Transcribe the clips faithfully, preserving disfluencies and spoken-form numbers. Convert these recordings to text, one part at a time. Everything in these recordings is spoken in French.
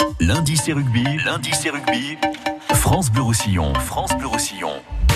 Lundi c'est rugby, lundi c'est rugby. France Bleu Roussillon, France Bleu Roussillon.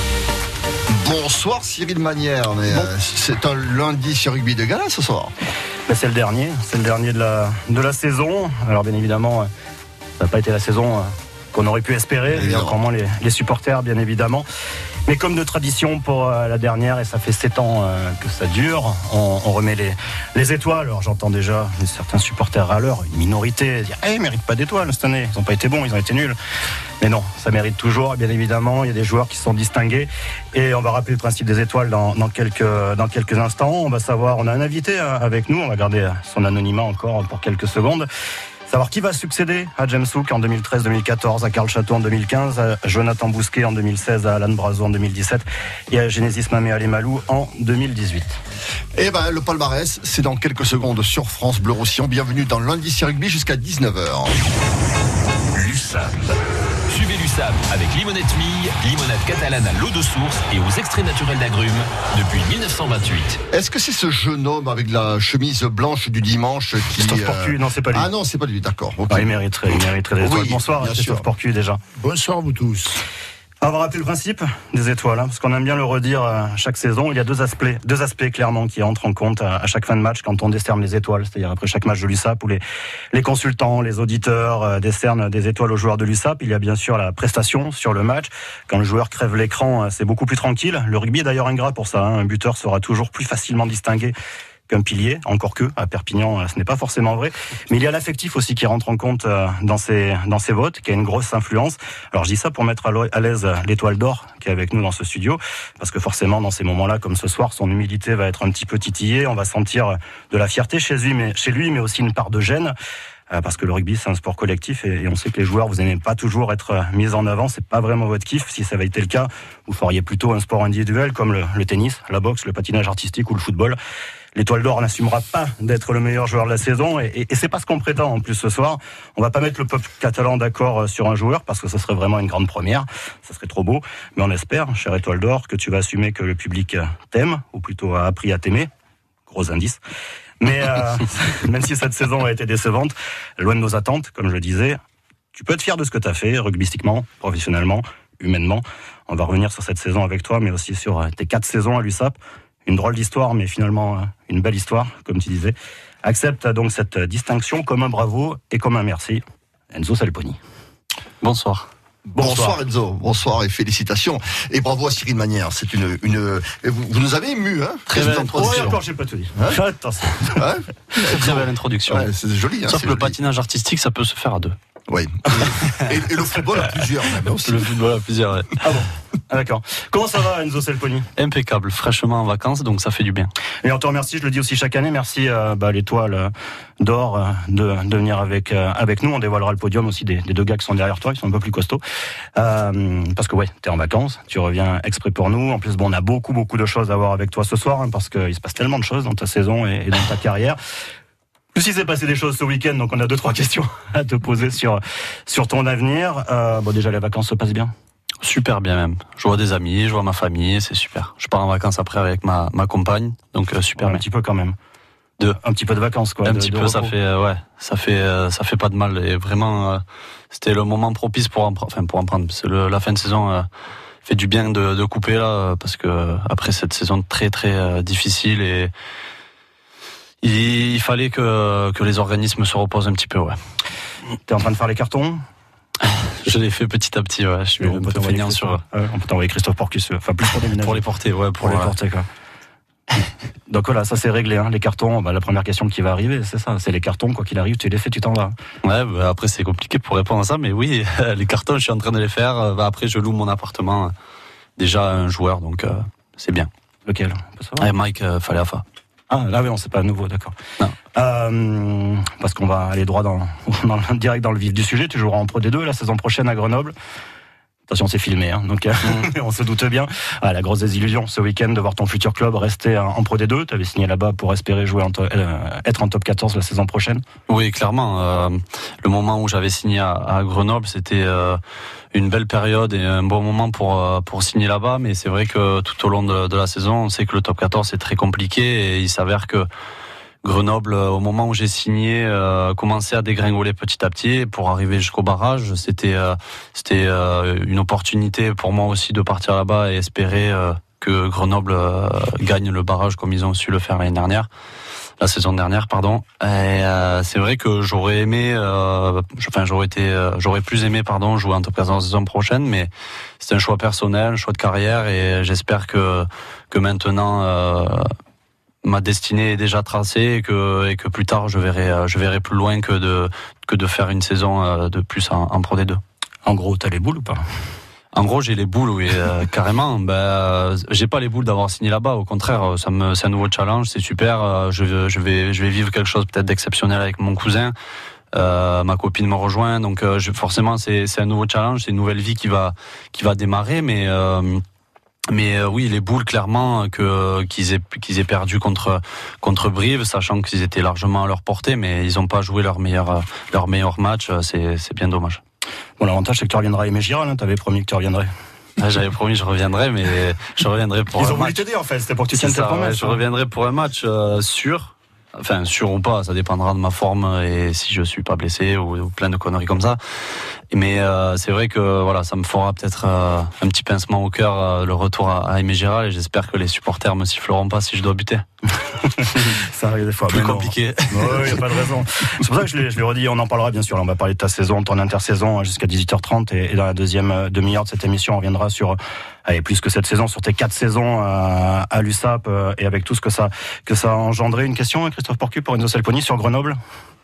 Bonsoir Cyril Manière, mais bon. euh, c'est un lundi sur rugby de gala ce soir. Ben c'est le dernier, c'est le dernier de la, de la saison. Alors bien évidemment, ça n'a pas été la saison qu'on aurait pu espérer, et encore moins les, les supporters bien évidemment. Mais comme de tradition pour euh, la dernière, et ça fait sept ans euh, que ça dure, on, on remet les, les étoiles. Alors j'entends déjà certains supporters râleurs, une minorité, dire hey, « ils ne méritent pas d'étoiles cette année, ils n'ont pas été bons, ils ont été nuls ». Mais non, ça mérite toujours, bien évidemment, il y a des joueurs qui se sont distingués. Et on va rappeler le principe des étoiles dans, dans, quelques, dans quelques instants. On va savoir, on a un invité avec nous, on va garder son anonymat encore pour quelques secondes. Savoir qui va succéder à James Hook en deux mille treize deux mille quatorze, à Karl Chateau en deux mille quinze, à Jonathan Bousquet en deux mille seize, à Alan Brazo en deux mille dix-sept et à Genesis Mamé Alemalou en deux mille dix-huit. Et ben le palmarès, c'est dans quelques secondes sur France Bleu Roussillon. Bienvenue dans Lundi c'est rugby jusqu'à dix-neuf heures. L'U S A P. Suivez l'U S A P avec Limonette Mille, limonade catalane à l'eau de source et aux extraits naturels d'agrumes depuis dix-neuf cent vingt-huit. Est-ce que c'est ce jeune homme avec la chemise blanche du dimanche qui... Christophe Porcu, euh... non c'est pas lui. Ah non, c'est pas lui, d'accord. Okay. Ah, il mériterait, il mériterait des étoiles. Oui, bonsoir Christophe Porcu déjà. Bonsoir vous tous. On va rappeler le principe des étoiles, hein, parce qu'on aime bien le redire euh, chaque saison. Il y a deux aspects, deux aspects clairement qui entrent en compte à, à chaque fin de match quand on décerne les étoiles, c'est-à-dire après chaque match de l'U S A P où les, les consultants, les auditeurs euh, décernent des étoiles aux joueurs de l'U S A P. Il y a bien sûr la prestation sur le match. Quand le joueur crève l'écran, euh, c'est beaucoup plus tranquille. Le rugby est d'ailleurs ingrat pour ça. Hein. Un buteur sera toujours plus facilement distingué qu'un pilier, encore que à Perpignan ce n'est pas forcément vrai, mais il y a l'affectif aussi qui rentre en compte dans ces dans ces votes, qui a une grosse influence. Alors je dis ça pour mettre à l'aise l'étoile d'or qui est avec nous dans ce studio, parce que forcément dans ces moments-là comme ce soir, son humilité va être un petit peu titillée, on va sentir de la fierté chez lui, mais chez lui, mais aussi une part de gêne. Parce que le rugby c'est un sport collectif et on sait que les joueurs vous n'aimez pas toujours être mis en avant, c'est pas vraiment votre kiff. Si ça avait été le cas, vous feriez plutôt un sport individuel comme le, le tennis, la boxe, le patinage artistique ou le football. L'étoile d'or n'assumera pas d'être le meilleur joueur de la saison et, et, et c'est pas ce qu'on prétend en plus ce soir. On va pas mettre le peuple catalan d'accord sur un joueur parce que ça serait vraiment une grande première, ça serait trop beau, mais on espère, chère étoile d'or, que tu vas assumer que le public t'aime ou plutôt a appris à t'aimer. Gros indice. Mais euh, même si cette saison a été décevante, loin de nos attentes, comme je le disais, tu peux être fier de ce que tu as fait, rugbystiquement, professionnellement, humainement. On va revenir sur cette saison avec toi, mais aussi sur tes quatre saisons à l'U S A P. Une drôle d'histoire, mais finalement une belle histoire, comme tu disais. Accepte donc cette distinction comme un bravo et comme un merci. Enzo Salponi. Bonsoir. Bonsoir. Bonsoir Enzo, bonsoir et félicitations. Et bravo à Cyril Manière, c'est une... une vous, vous nous avez ému, hein. Très belle introduction. Encore, j'ai pas tout dit. Hein attention. Ouais. Très, très belle introduction. Ouais, c'est joli. Hein, Sauf c'est que le joli. patinage artistique, ça peut se faire à deux. Oui. Et, et le football à plusieurs, même aussi. Le football à plusieurs, ouais. Ah bon. Ah d'accord. Comment ça va Enzo Salponi ? Impeccable, fraîchement en vacances, donc ça fait du bien. Et on te remercie, je le dis aussi chaque année, merci euh, bah, l'étoile euh, d'or euh, de, de venir avec euh, avec nous. On dévoilera le podium aussi des, des deux gars qui sont derrière toi, ils sont un peu plus costauds. Euh, parce que ouais, t'es en vacances, tu reviens exprès pour nous. En plus, bon, on a beaucoup beaucoup de choses à voir avec toi ce soir, hein, parce qu'il se passe tellement de choses dans ta saison et, et dans ta carrière. Plus il s'est passé des choses ce week-end, donc on a deux trois questions à te poser sur sur ton avenir. Euh, bon, déjà les vacances se passent bien. Super bien même. Je vois des amis, je vois ma famille, c'est super. Je pars en vacances après avec ma ma compagne, donc euh, super ouais, bien. Un petit peu quand même. De un petit peu de vacances quoi. Un de, petit de peu, repos. ça fait euh, ouais, ça fait euh, ça fait pas de mal et vraiment euh, c'était le moment propice pour en, enfin pour en prendre. C'est le, la fin de saison. Euh, fait du bien de, de couper là parce que après cette saison très très euh, difficile et il fallait que, que les organismes se reposent un petit peu, ouais. T'es en train de faire les cartons ? Je l'ai fait petit à petit, ouais. Je suis on un peut peu feignant sur... Ouais, on peut t'envoyer Christophe Porcus, enfin plus pour déménager. Pour les porter, ouais. Pour, pour les ouais. porter, quoi. Donc voilà, ça c'est réglé, hein. Les cartons, bah, la première question qui va arriver, c'est ça. C'est les cartons, quoi qu'il arrive, tu les fais, tu t'en vas. Ouais, bah, après c'est compliqué pour répondre à ça, mais oui, les cartons, je suis en train de les faire. Bah, après, je loue mon appartement, déjà un joueur, donc euh, c'est bien. Lequel ? On peut savoir ? Ouais, Mike euh, Faleafa. Ah, là oui, on sait pas à nouveau, d'accord. Euh, parce qu'on va aller droit dans, dans le, direct dans le vif du sujet. Tu joueras en Pro D deux la saison prochaine à Grenoble. Attention, c'est filmé, hein, donc mmh. on se doute bien. Ah, la grosse désillusion ce week-end de voir ton futur club rester en Pro D deux. Tu avais signé là-bas pour espérer jouer en to- euh, être en top quatorze la saison prochaine. Oui, clairement. Euh, le moment où j'avais signé à, à Grenoble, c'était euh, une belle période et un bon moment pour euh, pour signer là-bas. Mais c'est vrai que tout au long de, de la saison, on sait que le top quatorze c'est très compliqué et il s'avère que Grenoble, au moment où j'ai signé, euh, commençait à dégringoler petit à petit pour arriver jusqu'au barrage. C'était, euh, c'était euh, une opportunité pour moi aussi de partir là-bas et espérer euh, que Grenoble euh, gagne le barrage comme ils ont su le faire l'année dernière, la saison dernière, pardon. Et euh, c'est vrai que j'aurais aimé, euh, enfin j'aurais été, euh, j'aurais plus aimé, pardon, jouer en top quatorze la saison prochaine, mais c'est un choix personnel, un choix de carrière, et j'espère que que maintenant. Euh, ma destinée est déjà tracée et que, et que plus tard je verrai, je verrai plus loin que de, que de faire une saison de plus en, en Pro D deux. En gros, t'as les boules ou pas? En gros, j'ai les boules, oui, euh, carrément. Ben, j'ai pas les boules d'avoir signé là-bas. Au contraire, ça me, c'est un nouveau challenge, c'est super. Je, je vais, je vais vivre quelque chose peut-être d'exceptionnel avec mon cousin. Euh, ma copine me rejoint, donc euh, je, forcément, c'est, c'est un nouveau challenge, c'est une nouvelle vie qui va, qui va démarrer, mais. Euh, Mais euh, oui, les boules, clairement, que qu'ils aient qu'ils aient perdu contre contre Brive, sachant qu'ils étaient largement à leur portée, mais ils n'ont pas joué leur meilleur leur meilleur match. C'est c'est bien dommage. Bon, l'avantage c'est que tu reviendras à Aimé Giral. Hein, t'avais promis que tu reviendrais. Ah, j'avais promis, je reviendrai, mais je reviendrai pour. Ils un ont voulu match. t'aider en fait. C'était pour que tu tiennes ta promesse. Ouais, je reviendrai pour un match euh, sûr. Enfin, sûr ou pas, ça dépendra de ma forme et si je suis pas blessé ou, ou plein de conneries comme ça. Mais euh, c'est vrai que voilà, ça me fera peut-être euh, un petit pincement au cœur euh, le retour à, à Aimé Giral, et j'espère que les supporters me siffleront pas si je dois buter. Ça arrive des fois. Plus compliqué. Oui, y a pas de raison. C'est pour ça que je l'ai, je l'ai redit. On en parlera bien sûr. Là, on va parler de ta saison, de ton intersaison jusqu'à dix-huit heures trente, et, et dans la deuxième demi-heure de cette émission, on reviendra sur, allez, plus que cette saison, sur tes quatre saisons à, à l'U S A P euh, et avec tout ce que ça que ça a engendré. Une question, Christophe Porcu, pour Enzo Selponi sur Grenoble.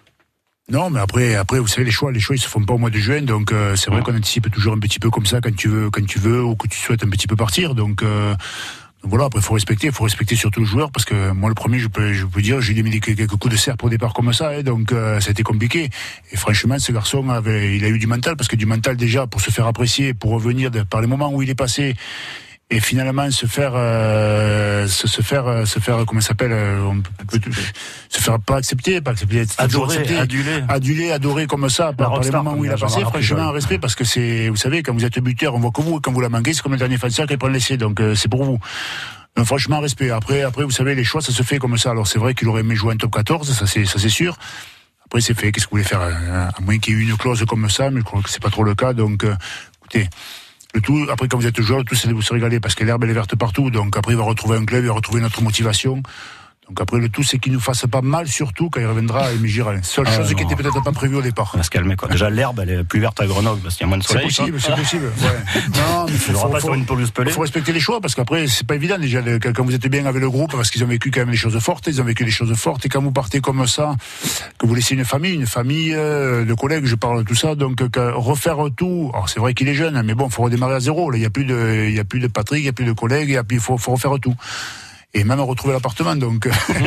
Non, mais après, après, vous savez, les choix, les choix, ils se font pas au mois de juin, donc euh, c'est vrai qu'on anticipe toujours un petit peu comme ça quand tu veux, quand tu veux, ou que tu souhaites un petit peu partir. Donc, euh, donc voilà. Après, faut respecter, faut respecter surtout le joueur, parce que moi, le premier, je peux, je peux dire, j'ai mis quelques coups de serre pour départ comme ça, hein, donc euh, ça a été compliqué. Et franchement, ce garçon avait, il a eu du mental, parce que du mental déjà pour se faire apprécier, pour revenir de, par les moments où il est passé. Et finalement se faire euh, se, se faire euh, se faire comment ça s'appelle euh, on peut, peut, peut, se faire pas accepter pas accepter adoré accepter, adulé adulé adoré comme ça par, par les moments où il a passé. Franchement, un respect, parce que c'est, vous savez, quand vous êtes buteur, on voit que vous, et quand vous la manquez, c'est comme le dernier défenseur qui prend l'essai, donc euh, c'est pour vous. Donc, franchement, respect. Après après vous savez, les choix ça se fait comme ça. Alors c'est vrai qu'il aurait aimé jouer en top quatorze, ça c'est ça c'est sûr. Après c'est fait, qu'est-ce que vous voulez faire, à moins qu'il y ait eu une clause comme ça, mais je crois que c'est pas trop le cas, donc euh, écoutez, le tout, après, quand vous êtes joueur, le tout, c'est de vous se régaler, parce que l'herbe, elle est verte partout. Donc, après, il va retrouver un club, il va retrouver notre motivation. Donc, après, le tout, c'est qu'il nous fasse pas mal, surtout quand il reviendra à Aimé Giral. Seule ah, chose non. qui était peut-être pas prévue au départ. On va se calmer, quoi. Déjà, l'herbe, elle est plus verte à Grenoble, parce qu'il y a moins de soleil. C'est possible, c'est possible. Ouais. Non, mais faut, faut, pas faut, sur une pelouse pelée. faut respecter les choix, parce qu'après, c'est pas évident, déjà, de, quand vous êtes bien avec le groupe, parce qu'ils ont vécu quand même des choses fortes, ils ont vécu des choses fortes, et quand vous partez comme ça, que vous laissez une famille, une famille euh, de collègues, je parle de tout ça, donc, que, refaire tout, alors c'est vrai qu'il est jeune, mais bon, faut redémarrer à zéro, là, il y a plus de, il y a plus de Patrick, il y a plus de collègues, et puis, il faut, faut refaire tout. Et même retrouver l'appartement, donc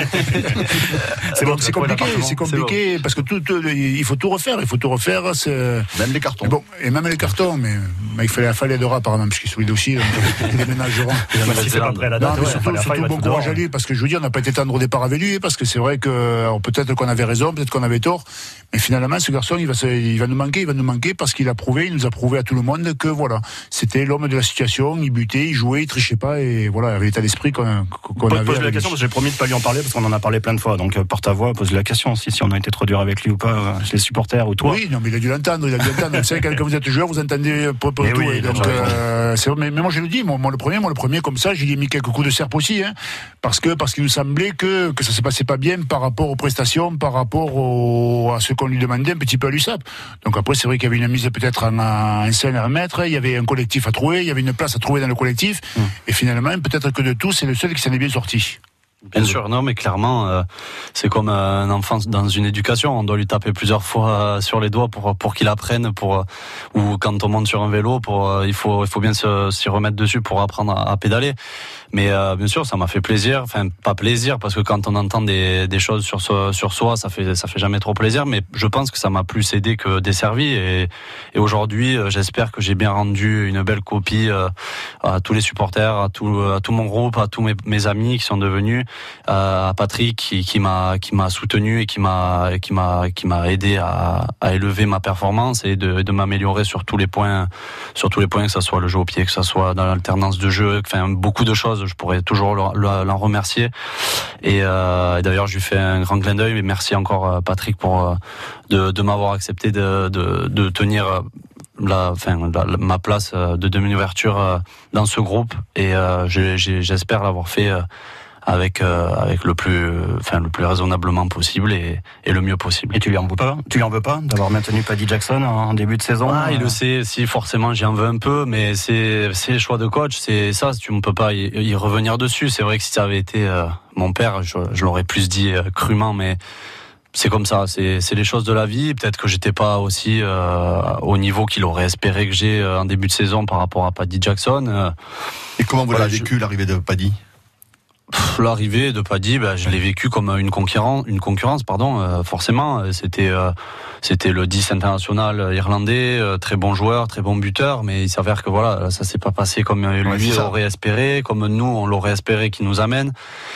c'est, donc, c'est compliqué, c'est compliqué, c'est parce que tout, tout, il faut tout refaire, il faut tout refaire, c'est... même les cartons. Bon, et même les cartons, mais, mais il fallait la fallait de rats apparemment, parce qu'il est sur les dossiers, donc il déménageront. Si c'est pas prêt à la date, non, mais surtout, surtout bon courage à lui, parce que je veux dire, on n'a pas été tendre au départ avec lui, parce que c'est vrai que alors, peut-être qu'on avait raison, peut-être qu'on avait tort, mais finalement, ce garçon, il va, se, il va nous manquer, il va nous manquer, parce qu'il a prouvé, il nous a prouvé à tout le monde que voilà, c'était l'homme de la situation, il butait, il jouait, il trichait pas, et voilà, il avait l'état d'esprit qu'on, qu'on Pose, avait. Pose la question, parce que j'ai promis de pas lui en parler, parce qu'on en a parlé plein de fois, donc porte ta voix, pose la question aussi, si on a été trop dur avec lui ou pas, les supporters ou toi. Oui, non, mais il a dû l'entendre, il a dû l'entendre. Vous savez, quand vous êtes joueur, vous entendez pour, pour tout, oui, et donc, euh, c'est, mais, mais moi, je le dis, moi, moi, le premier, moi, le premier, comme ça, j'ai mis quelques coups de serpe aussi, hein, parce que, parce qu'il nous semblait que, que ça se passait pas bien par rapport aux prestations, par rapport au, à ce qu'on lui demandait un petit peu à l'U S A P. Donc après, c'est vrai qu'il y avait une mise peut-être en, en scène à remettre, il y avait un collectif à trouver, il y avait une place à trouver dans le collectif, mmh. et finalement, peut-être que de tout, c'est le seul qui s'en est bien sorti. Bien sûr, non, mais clairement, euh, c'est comme un enfant dans une éducation. On doit lui taper plusieurs fois euh, sur les doigts pour pour qu'il apprenne. Pour euh, ou quand on monte sur un vélo, pour euh, il faut il faut bien se, s'y remettre dessus pour apprendre à, à pédaler. Mais euh, bien sûr, ça m'a fait plaisir. Enfin, pas plaisir, parce que quand on entend des des choses sur so, sur soi, ça fait ça fait jamais trop plaisir. Mais je pense que ça m'a plus aidé que desservi. Et et aujourd'hui, j'espère que j'ai bien rendu une belle copie euh, à tous les supporters, à tout à tout mon groupe, à tous mes mes amis qui sont devenus euh, à Patrick qui, qui m'a qui m'a soutenu et qui m'a qui m'a qui m'a aidé à, à élever ma performance et de, de m'améliorer sur tous les points, sur tous les points, que ça soit le jeu au pied, que ça soit dans l'alternance de jeu, enfin beaucoup de choses. Je pourrais toujours l'en remercier. Et, euh, et d'ailleurs, je lui fais un grand clin d'œil. Mais merci encore Patrick pour de, de m'avoir accepté de, de, de tenir la, enfin, la, la, ma place de demi-ouverture dans ce groupe. Et euh, j'ai, j'espère l'avoir fait avec euh, avec le plus, enfin le plus raisonnablement possible et, et le mieux possible. Et tu lui en veux pas Tu lui en veux pas d'avoir maintenu Paddy Jackson en début de saison? Ah, il le sait. Si forcément, j'y en veux un peu, mais c'est c'est le choix de coach. C'est ça. Tu ne peux pas y, y revenir dessus. C'est vrai que si ça avait été euh, mon père, je, je l'aurais plus dit euh, crûment, mais c'est comme ça. C'est c'est les choses de la vie. Peut-être que j'étais pas aussi euh, au niveau qu'il aurait espéré que j'ai euh, en début de saison par rapport à Paddy Jackson. Euh, et comment vous voilà, l'avez vécu je... l'arrivée de Paddy? L'arrivée de Paddy, ben, je l'ai vécu comme une concurrence, une concurrence, pardon. Euh, forcément, c'était euh, c'était le dix international irlandais, euh, très bon joueur, très bon buteur, mais il s'avère que voilà, ça s'est pas passé comme lui ouais, l'aurait espéré, comme nous on l'aurait espéré qu'il nous amène.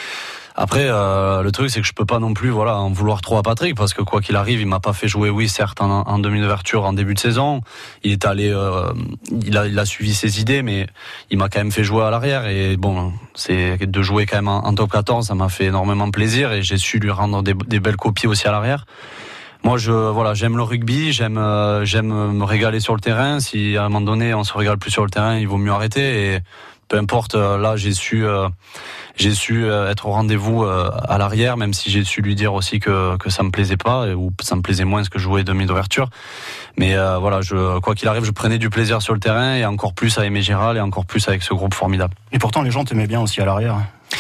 Après, euh, le truc, c'est que je peux pas non plus, voilà, en vouloir trop à Patrick, parce que quoi qu'il arrive, il m'a pas fait jouer, oui, certes, en, en demi-ouverture, en début de saison. Il est allé, euh, il a, il a suivi ses idées, mais il m'a quand même fait jouer à l'arrière. Et bon, c'est de jouer quand même en, en top quatorze, ça m'a fait énormément plaisir, et j'ai su lui rendre des, des belles copies aussi à l'arrière. Moi, je, voilà, j'aime le rugby, j'aime, euh, j'aime me régaler sur le terrain. Si à un moment donné, on se régale plus sur le terrain, il vaut mieux arrêter. Et peu importe, là, j'ai su, euh, j'ai su être au rendez-vous euh, à l'arrière, même si j'ai su lui dire aussi que que ça me plaisait pas, ou ça me plaisait moins ce que je jouais demi d'ouverture. Mais euh, voilà, je, quoi qu'il arrive, je prenais du plaisir sur le terrain, et encore plus à Aimé Gérald, et encore plus avec ce groupe formidable. Et pourtant, les gens t'aimaient bien aussi à l'arrière.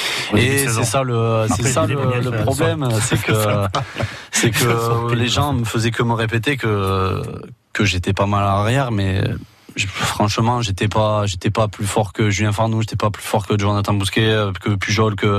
Et c'est ça le, c'est ça le, le problème, c'est que, c'est que les gens me faisaient que me répéter que que j'étais pas mal à l'arrière, mais je, franchement, j'étais pas, j'étais pas plus fort que Julien Farnoux, j'étais pas plus fort que Jonathan Bousquet, que Pujol, que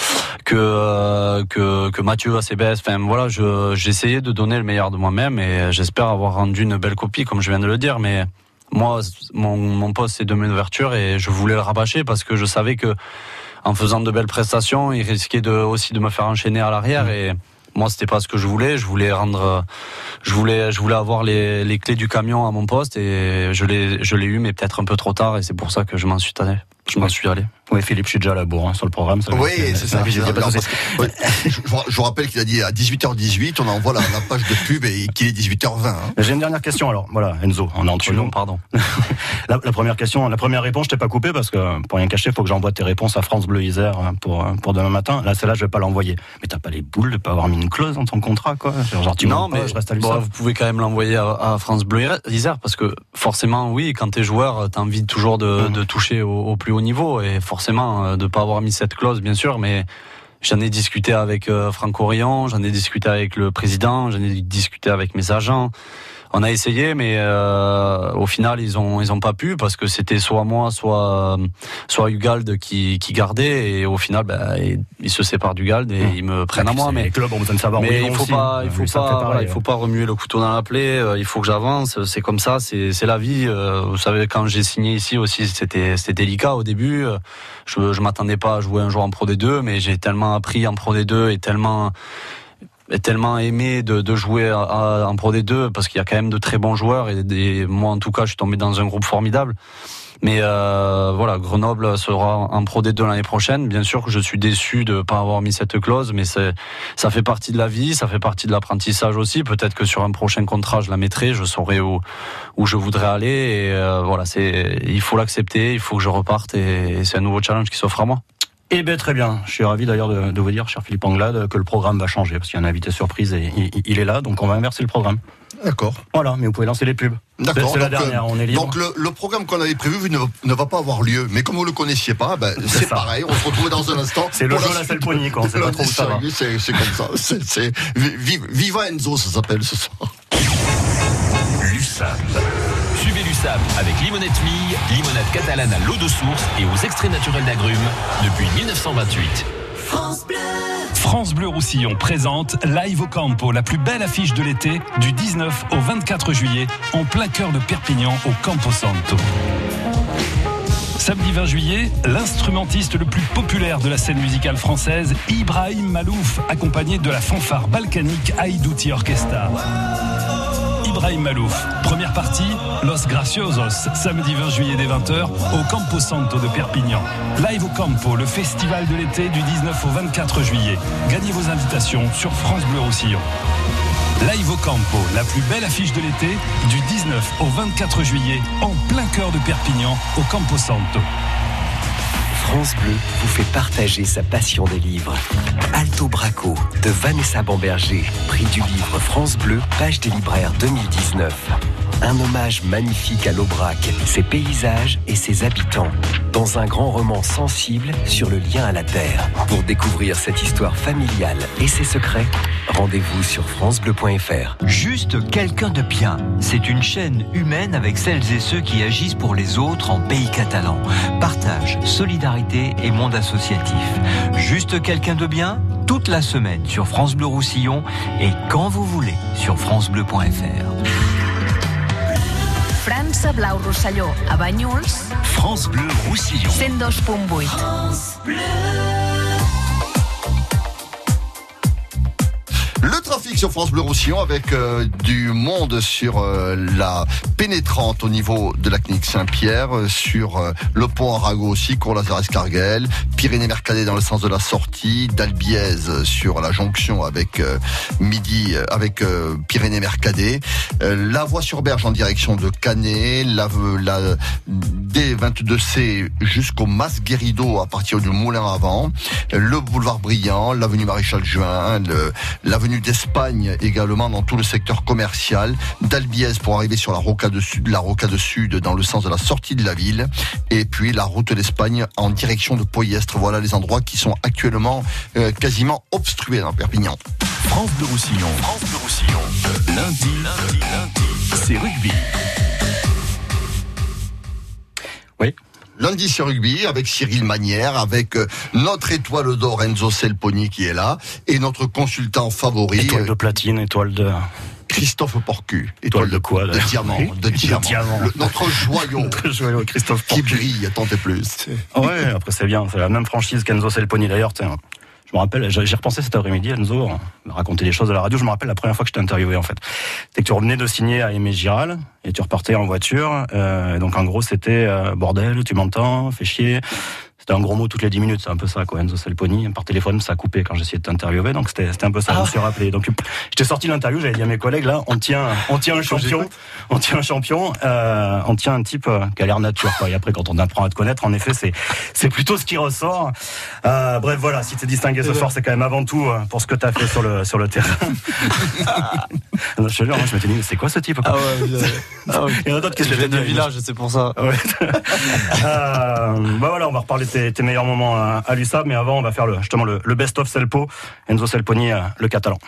que que, que Mathieu Acebes. Enfin voilà, je, j'essayais de donner le meilleur de moi-même, et j'espère avoir rendu une belle copie, comme je viens de le dire. Mais moi, mon, mon poste, c'est demi d'ouverture, et je voulais le rabâcher parce que je savais que en faisant de belles prestations, il risquait de, aussi de me faire enchaîner à l'arrière. Mmh. Et moi, c'était pas ce que je voulais. Je voulais rendre, je voulais, je voulais avoir les, les clés du camion à mon poste, et je l'ai, je l'ai eu, mais peut-être un peu trop tard, et c'est pour ça que je m'en suis allé. Je m'en suis allé. Oui, Philippe, je suis déjà à la bourre hein, sur le programme. Ça oui, c'est, c'est ça. ça, ça alors, ouais, je, je vous rappelle qu'il a dit à dix-huit heures dix-huit, on envoie la, la page de pub, et qu'il est dix-huit heures vingt. Hein. J'ai une dernière question alors. Voilà, Enzo, on est entre nous. Pardon. la, la première question, la première réponse, je t'ai pas coupé parce que pour rien cacher, il faut que j'envoie tes réponses à France Bleu Isère pour pour demain matin. Là, celle-là, je vais pas l'envoyer. Mais t'as pas les boules de pas avoir mis une clause dans ton contrat, quoi. Genre, tu non, mais pas, je reste à bon, vous pouvez quand même l'envoyer à, à France Bleu Isère, parce que forcément, oui, quand t'es joueur, t'as envie toujours de, mmh. de toucher au, au plus haut niveau, et forcément de pas avoir mis cette clause, bien sûr, mais j'en ai discuté avec euh, Franck Orion, j'en ai discuté avec le président, j'en ai discuté avec mes agents. On a essayé, mais euh, au final, ils ont ils ont pas pu, parce que c'était soit moi, soit soit Ugald qui qui gardait, et au final, bah, ils, ils se séparent d'Ugald et mmh. ils me prennent à moi. Mais, clubs ont besoin de savoir mais où il faut aussi. pas, il faut oui, pas, pareil, voilà, il faut pas remuer le couteau dans la plaie. Il faut que j'avance. C'est comme ça, c'est c'est la vie. Vous savez, quand j'ai signé ici aussi, c'était c'était délicat au début. Je je m'attendais pas à jouer un jour en Pro D deux, mais j'ai tellement appris en Pro D deux et tellement tellement aimé de, de jouer à, à, en Pro D deux, parce qu'il y a quand même de très bons joueurs, et, et moi en tout cas je suis tombé dans un groupe formidable. Mais euh, voilà, Grenoble sera en Pro D deux l'année prochaine. Bien sûr que je suis déçu de ne pas avoir mis cette clause, mais c'est, ça fait partie de la vie, ça fait partie de l'apprentissage aussi. Peut-être que sur un prochain contrat je la mettrai, je saurai où, où je voudrais aller, et euh, voilà, c'est, il faut l'accepter, il faut que je reparte, et, et c'est un nouveau challenge qui s'offre à moi. Eh bien, très bien. Je suis ravi d'ailleurs de, de vous dire, cher Philippe Anglade, que le programme va changer, parce qu'il y a un invité surprise et il, il est là, donc on va inverser le programme. D'accord. Voilà, mais vous pouvez lancer les pubs. D'accord. C'est, c'est donc, la dernière, on est libre. Donc le, le programme qu'on avait prévu ne, ne va pas avoir lieu, mais comme vous ne le connaissiez pas, ben, c'est, c'est pareil, on se retrouve dans un instant. C'est le jeu la selle poignée, quoi. On sait pas trop où ça va. C'est, c'est comme ça. C'est, c'est, Viva Enzo, ça s'appelle ce soir. L'U S A M. Suivez l'U S A M avec Limonette Mille, limonade catalane à l'eau de source et aux extraits naturels d'agrumes depuis dix-neuf cent vingt-huit. France Bleu. France Bleu Roussillon présente Live au Campo, la plus belle affiche de l'été, du dix-neuf au vingt-quatre juillet, en plein cœur de Perpignan, au Campo Santo. Samedi vingt juillet, l'instrumentiste le plus populaire de la scène musicale française, Ibrahim Malouf, accompagné de la fanfare balkanique Haïdouti Orchestra. Ibrahim Malouf, première partie, Los Graciosos, samedi vingt juillet dès vingt heures, au Campo Santo de Perpignan. Live au Campo, le festival de l'été du dix-neuf au vingt-quatre juillet. Gagnez vos invitations sur France Bleu Roussillon. Live au Campo, la plus belle affiche de l'été, du dix-neuf au vingt-quatre juillet, en plein cœur de Perpignan, au Campo Santo. France Bleu vous fait partager sa passion des livres. Alto Braco de Vanessa Bamberger, prix du livre France Bleu, page des libraires deux mille dix-neuf. Un hommage magnifique à l'Aubrac, ses paysages et ses habitants, dans un grand roman sensible sur le lien à la terre. Pour découvrir cette histoire familiale et ses secrets, rendez-vous sur francebleu point f r. Juste quelqu'un de bien. C'est une chaîne humaine avec celles et ceux qui agissent pour les autres en pays catalan. Partage, solidarité et monde associatif. Juste quelqu'un de bien, toute la semaine sur France Bleu Roussillon et quand vous voulez sur francebleu point f r. França Blau Rosselló, a Banyuls. France Bleu Roussillon. cent deux punt vuit. Le trafic sur France Bleu Roussillon avec euh, du monde sur euh, la pénétrante au niveau de la clinique Saint-Pierre, euh, sur euh, le pont Arago aussi, Cours-Lazare-Escarguel, Pyrénées-Mercadet dans le sens de la sortie, d'Albiez sur la jonction avec euh, Midi, euh, avec euh, Pyrénées-Mercadet, euh, la voie sur Berge en direction de Canet, la, la D vingt-deux C jusqu'au Mas Guérido à partir du Moulin avant, le boulevard Briand, l'avenue Maréchal Juin, le, l'avenue d'Espagne également dans tout le secteur commercial, d'Albiez pour arriver sur la Rocade Sud, la Rocade Sud dans le sens de la sortie de la ville, et puis la route d'Espagne en direction de Poyestre. Voilà les endroits qui sont actuellement euh, quasiment obstrués dans Perpignan. France Bleu Roussillon. France Bleu Roussillon. Lundi, lundi, lundi, c'est rugby. Oui. Lundi c'est rugby avec Cyril Manière, avec notre étoile d'or Enzo Selponi qui est là, et notre consultant favori. Étoile de platine, étoile de... Christophe Porcu. Étoile de quoi De, de diamant. De diamant. diamant. Le, notre joyau. notre joyau, Christophe Porcu. Qui Porcu. brille, tant et plus. Ouais, après c'est bien. C'est la même franchise qu'Enzo Selponi d'ailleurs. Je me rappelle, j'ai repensé cet après-midi, Enzo m'a raconté des choses à la radio. Je me rappelle la première fois que je t'ai interviewé, en fait. C'était que tu revenais de signer à Aimé Giral et tu repartais en voiture. Euh, donc en gros, c'était euh, bordel, tu m'entends, fais chier. C'était un gros mot toutes les dix minutes, c'est un peu ça, quoi. Enzo Selponi, par téléphone, ça a coupé quand j'essayais de t'interviewer, donc c'était, c'était un peu ça, ah. Je me suis rappelé. Donc, je t'ai sorti l'interview, j'avais dit à mes collègues, là, on tient, on tient un champion, on tient un champion, euh, on tient un type euh, qui a l'air nature, quoi. Et après, quand on apprend à te connaître, en effet, c'est, c'est plutôt ce qui ressort. Euh, bref, voilà, si t'es distingué ce soir, c'est quand même avant tout euh, pour ce que t'as fait sur le, sur le terrain. Je te jure, moi, je m'étais dit, mais c'est quoi ce type, quoi? Ah ouais, ah ouais. Il y en a d'autres qui se viennent de village, c'est pour ça. Ouais. euh, bah voilà, on va reparler de tes, tes meilleurs moments à, à l'U S A B, mais avant, on va faire le, justement le, le best-of Selpo, Enzo Selponi, euh, le catalan.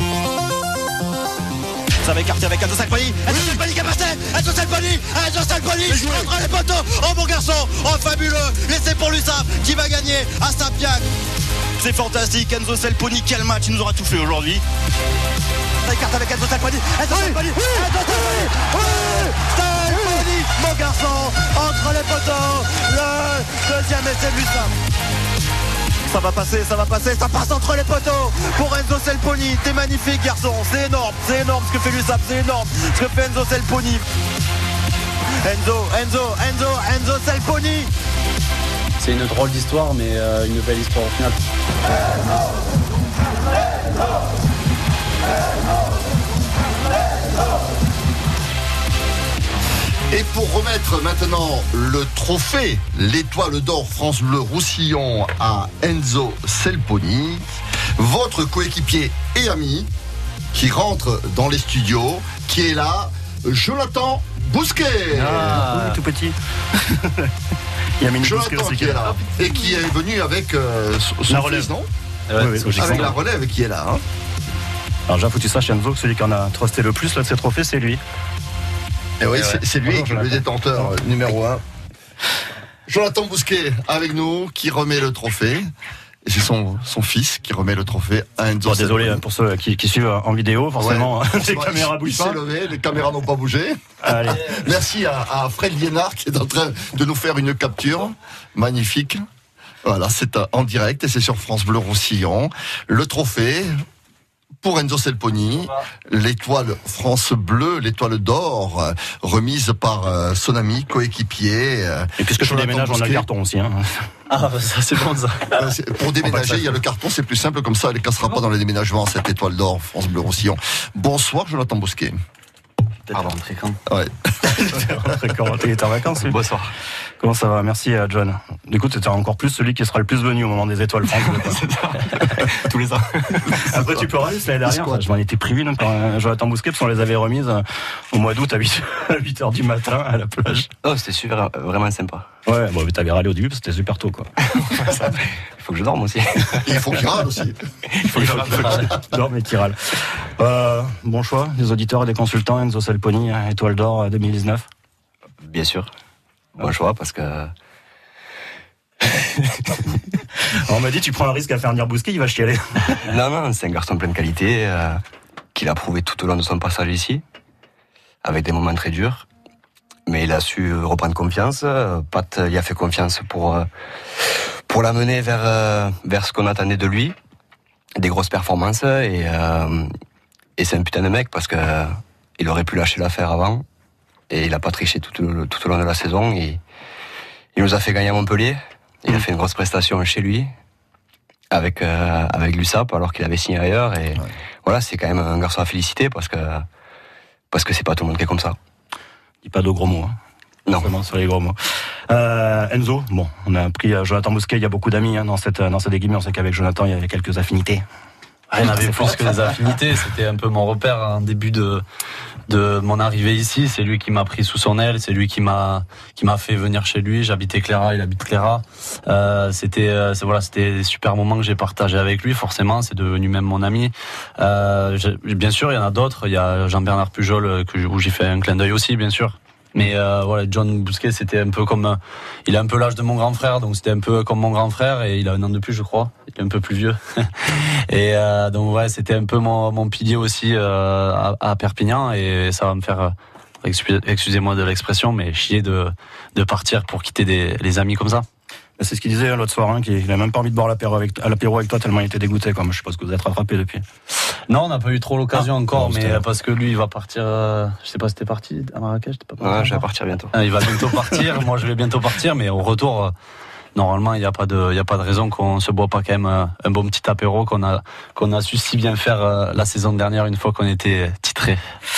Ça va écarter avec Enzo Selponi. Enzo Selponi qui est passé. Enzo Selponi. Enzo Selponi. Entre les poteaux. Oh mon garçon. Oh fabuleux. Laissez pour l'U S A B qui va gagner à Saint-Pierre. C'est fantastique. Enzo Selponi, quel match. Il nous aura tout fait aujourd'hui. Ça écarte avec Enzo Selponi. Enzo Selponi. Oui. Enzo Selponi. Oui. Selponi, mon garçon. Entre les poteaux. Le deuxième essai de l'U S A B. Ça va passer, ça va passer, ça passe entre les poteaux pour Enzo Selponi. T'es magnifique garçon, c'est énorme, c'est énorme ce que fait l'U S A B, c'est énorme ce que fait Enzo Selponi. Enzo, Enzo, Enzo, Enzo Selponi. C'est une drôle d'histoire, mais euh, une belle histoire au final. Et pour remettre maintenant le trophée, l'étoile d'or France Bleu Roussillon à Enzo Selponi, votre coéquipier et ami qui rentre dans les studios, qui est là, Jonathan Bousquet. Ah, oui, tout petit. Il y a Jonathan aussi qui est là et qui est venu avec euh, son la relève, fils, non ouais, oui, oui, avec la relève qui est là. Hein. Alors j'ai foutu ça chez Enzo, que celui qui en a trusté le plus là, de ces trophées, c'est lui. Et oui, c'est, c'est lui qui est le détenteur numéro un. Jonathan Bousquet avec nous, qui remet le trophée. Et c'est son, son fils qui remet le trophée à Enzo. Bon, désolé pour ceux qui, qui suivent en vidéo, forcément, ouais, les caméras bougent pas. Il s'est levé, les caméras n'ont pas bougé. Allez. Merci à, à Fred Liénard qui est en train de nous faire une capture. Magnifique. Voilà, c'est en direct et c'est sur France Bleu Roussillon. Le trophée pour Enzo Selponi, l'étoile France Bleu, l'étoile d'or, remise par euh, son ami, coéquipier. Euh, et puisque je déménage, on a le carton aussi. Hein. Ah, bah ça c'est bon ça. Pour déménager, il y a le carton, c'est plus simple comme ça, elle ne cassera pas dans les déménagements, cette étoile d'or France Bleu Roussillon. Bonsoir, Jonathan Bousquet. Peut-être rentré quand Ouais. T'es rentré quand? T'es en vacances? Bonsoir. Comment ça va? Merci à John. Du coup, t'étais encore plus celui qui sera le plus venu au moment des étoiles France Bleu. Tous les ans. Après, tu peux râler, l'année dernière. Enfin, je m'en étais privé donc, par Jonathan Bousquet, parce qu'on les avait remises au mois d'août à huit heures du matin à la plage. Oh, c'était super, vraiment sympa. Ouais, bon, mais t'avais râlé au début parce que c'était super tôt, quoi. Il faut que je dorme aussi. Il faut qu'il râle aussi. Il faut que je râle. Dorme et qu'il râle. Euh, bon choix, des auditeurs et des consultants, Enzo Selponi, étoile d'or deux mille dix-neuf. Bien sûr. Bon choix parce que. Alors, on m'a dit, tu prends un risque à faire venir Bousquet, il va chialer. Non, non, c'est un garçon plein de qualité, euh, qu'il a prouvé tout au long de son passage ici, avec des moments très durs. Mais il a su reprendre confiance. Pat y a fait confiance pour, pour l'amener vers, vers ce qu'on attendait de lui. Des grosses performances. Et, euh, et c'est un putain de mec parce que il aurait pu lâcher l'affaire avant. Et il n'a pas triché tout, tout au long de la saison. Et, il nous a fait gagner à Montpellier. Il a fait une grosse prestation chez lui. Avec, euh, avec l'U S A P alors qu'il avait signé ailleurs. Et ouais. Voilà, c'est quand même un garçon à féliciter parce que, parce que c'est pas tout le monde qui est comme ça. Dis pas de gros mots. Hein. Non. Vraiment sur les gros mots. Euh, Enzo, bon, on a pris euh, Jonathan Bousquet, il y a beaucoup d'amis hein, dans cette dans cette équipe, mais on sait qu'avec Jonathan, il y avait quelques affinités. Rien n'avait plus fort. Que des affinités, c'était un peu mon repère en début de de mon arrivée ici, c'est lui qui m'a pris sous son aile, c'est lui qui m'a qui m'a fait venir chez lui, j'habitais Cléra, il habite Cléra. Euh, c'était euh, c'est, voilà, c'était des super moments que j'ai partagés avec lui, forcément, c'est devenu même mon ami. Euh, bien sûr, il y en a d'autres, il y a Jean-Bernard Pujol que où j'ai fait un clin d'œil aussi, bien sûr. Mais euh, voilà, John Bousquet, c'était un peu comme, euh, il a un peu l'âge de mon grand frère, donc c'était un peu comme mon grand frère, et il a un an de plus, je crois. Il est un peu plus vieux. Et euh, donc ouais, c'était un peu mon, mon pilier aussi euh, à, à Perpignan, et ça va me faire, euh, excusez-moi de l'expression, mais chier de de partir pour quitter des les amis comme ça. C'est ce qu'il disait l'autre soir, hein, qu'il n'a même pas envie de boire l'apéro avec, à l'apéro avec toi tellement il était dégoûté. Comme je suppose que vous êtes rattrapé depuis. Non, on n'a pas eu trop l'occasion ah, encore, non, mais parce que lui, il va partir. Euh, je sais pas si t'es parti à Marrakech, t'es pas parti. Ouais, je vais partir bientôt. Ah, il va bientôt partir. Moi, je vais bientôt partir, mais au retour, euh, normalement, il n'y a pas de, il y a pas de raison qu'on se boit pas quand même euh, un bon petit apéro qu'on a, qu'on a su si bien faire euh, la saison dernière une fois qu'on était titré.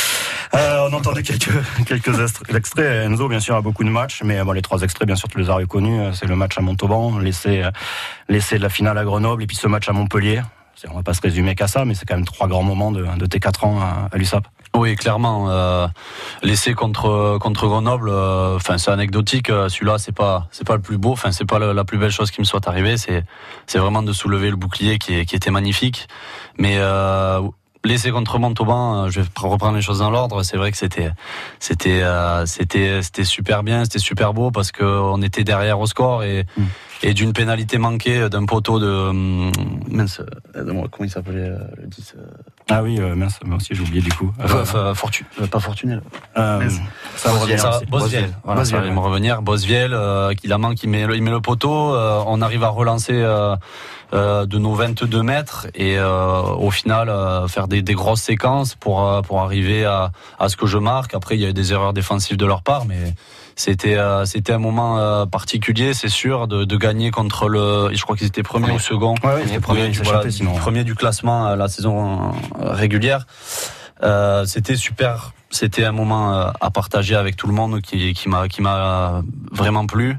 Euh, on a entendu quelques, quelques extraits. Enzo, bien sûr, a beaucoup de matchs, mais bon, les trois extraits, bien sûr, tu les as reconnus. C'est le match à Montauban, l'essai, l'essai de la finale à Grenoble, et puis ce match à Montpellier. On va pas se résumer qu'à ça, mais c'est quand même trois grands moments de, de tes quatre ans à, à l'U S A P. Oui, clairement. Euh, l'essai contre contre Grenoble, enfin, euh, c'est anecdotique. Celui-là, c'est pas c'est pas le plus beau. Enfin, c'est pas le, la plus belle chose qui me soit arrivée. C'est c'est vraiment de soulever le bouclier qui est, qui était magnifique. Mais euh, l'essai contre Montauban, je vais reprendre les choses dans l'ordre. C'est vrai que c'était, c'était, euh, c'était, c'était super bien, c'était super beau parce que on était derrière au score et mm. et d'une pénalité manquée d'un poteau de mince, comment il s'appelait le dix. Ah oui, euh, mince, moi aussi j'ai oublié du coup. Euh, enfin, fortune, pas fortuné. Euh, ça Bosviel, ça, Bosviel. Voilà, Bosviel, ça va me revenir. Bosviel, euh, qui la manque, il met, il met le poteau. Euh, on arrive à relancer. Euh, Euh, de nos vingt-deux mètres et euh, au final euh, faire des, des grosses séquences pour euh, pour arriver à, à ce que je marque. Après il y a eu des erreurs défensives de leur part, mais c'était euh, c'était un moment euh, particulier, c'est sûr, de, de gagner contre le. Je crois qu'ils étaient premiers premier. ou second. Ouais, ouais, premier, du, voilà, sinon, premier ouais. du classement à la saison régulière. Euh, c'était super. C'était un moment à partager avec tout le monde qui qui m'a qui m'a vraiment plu.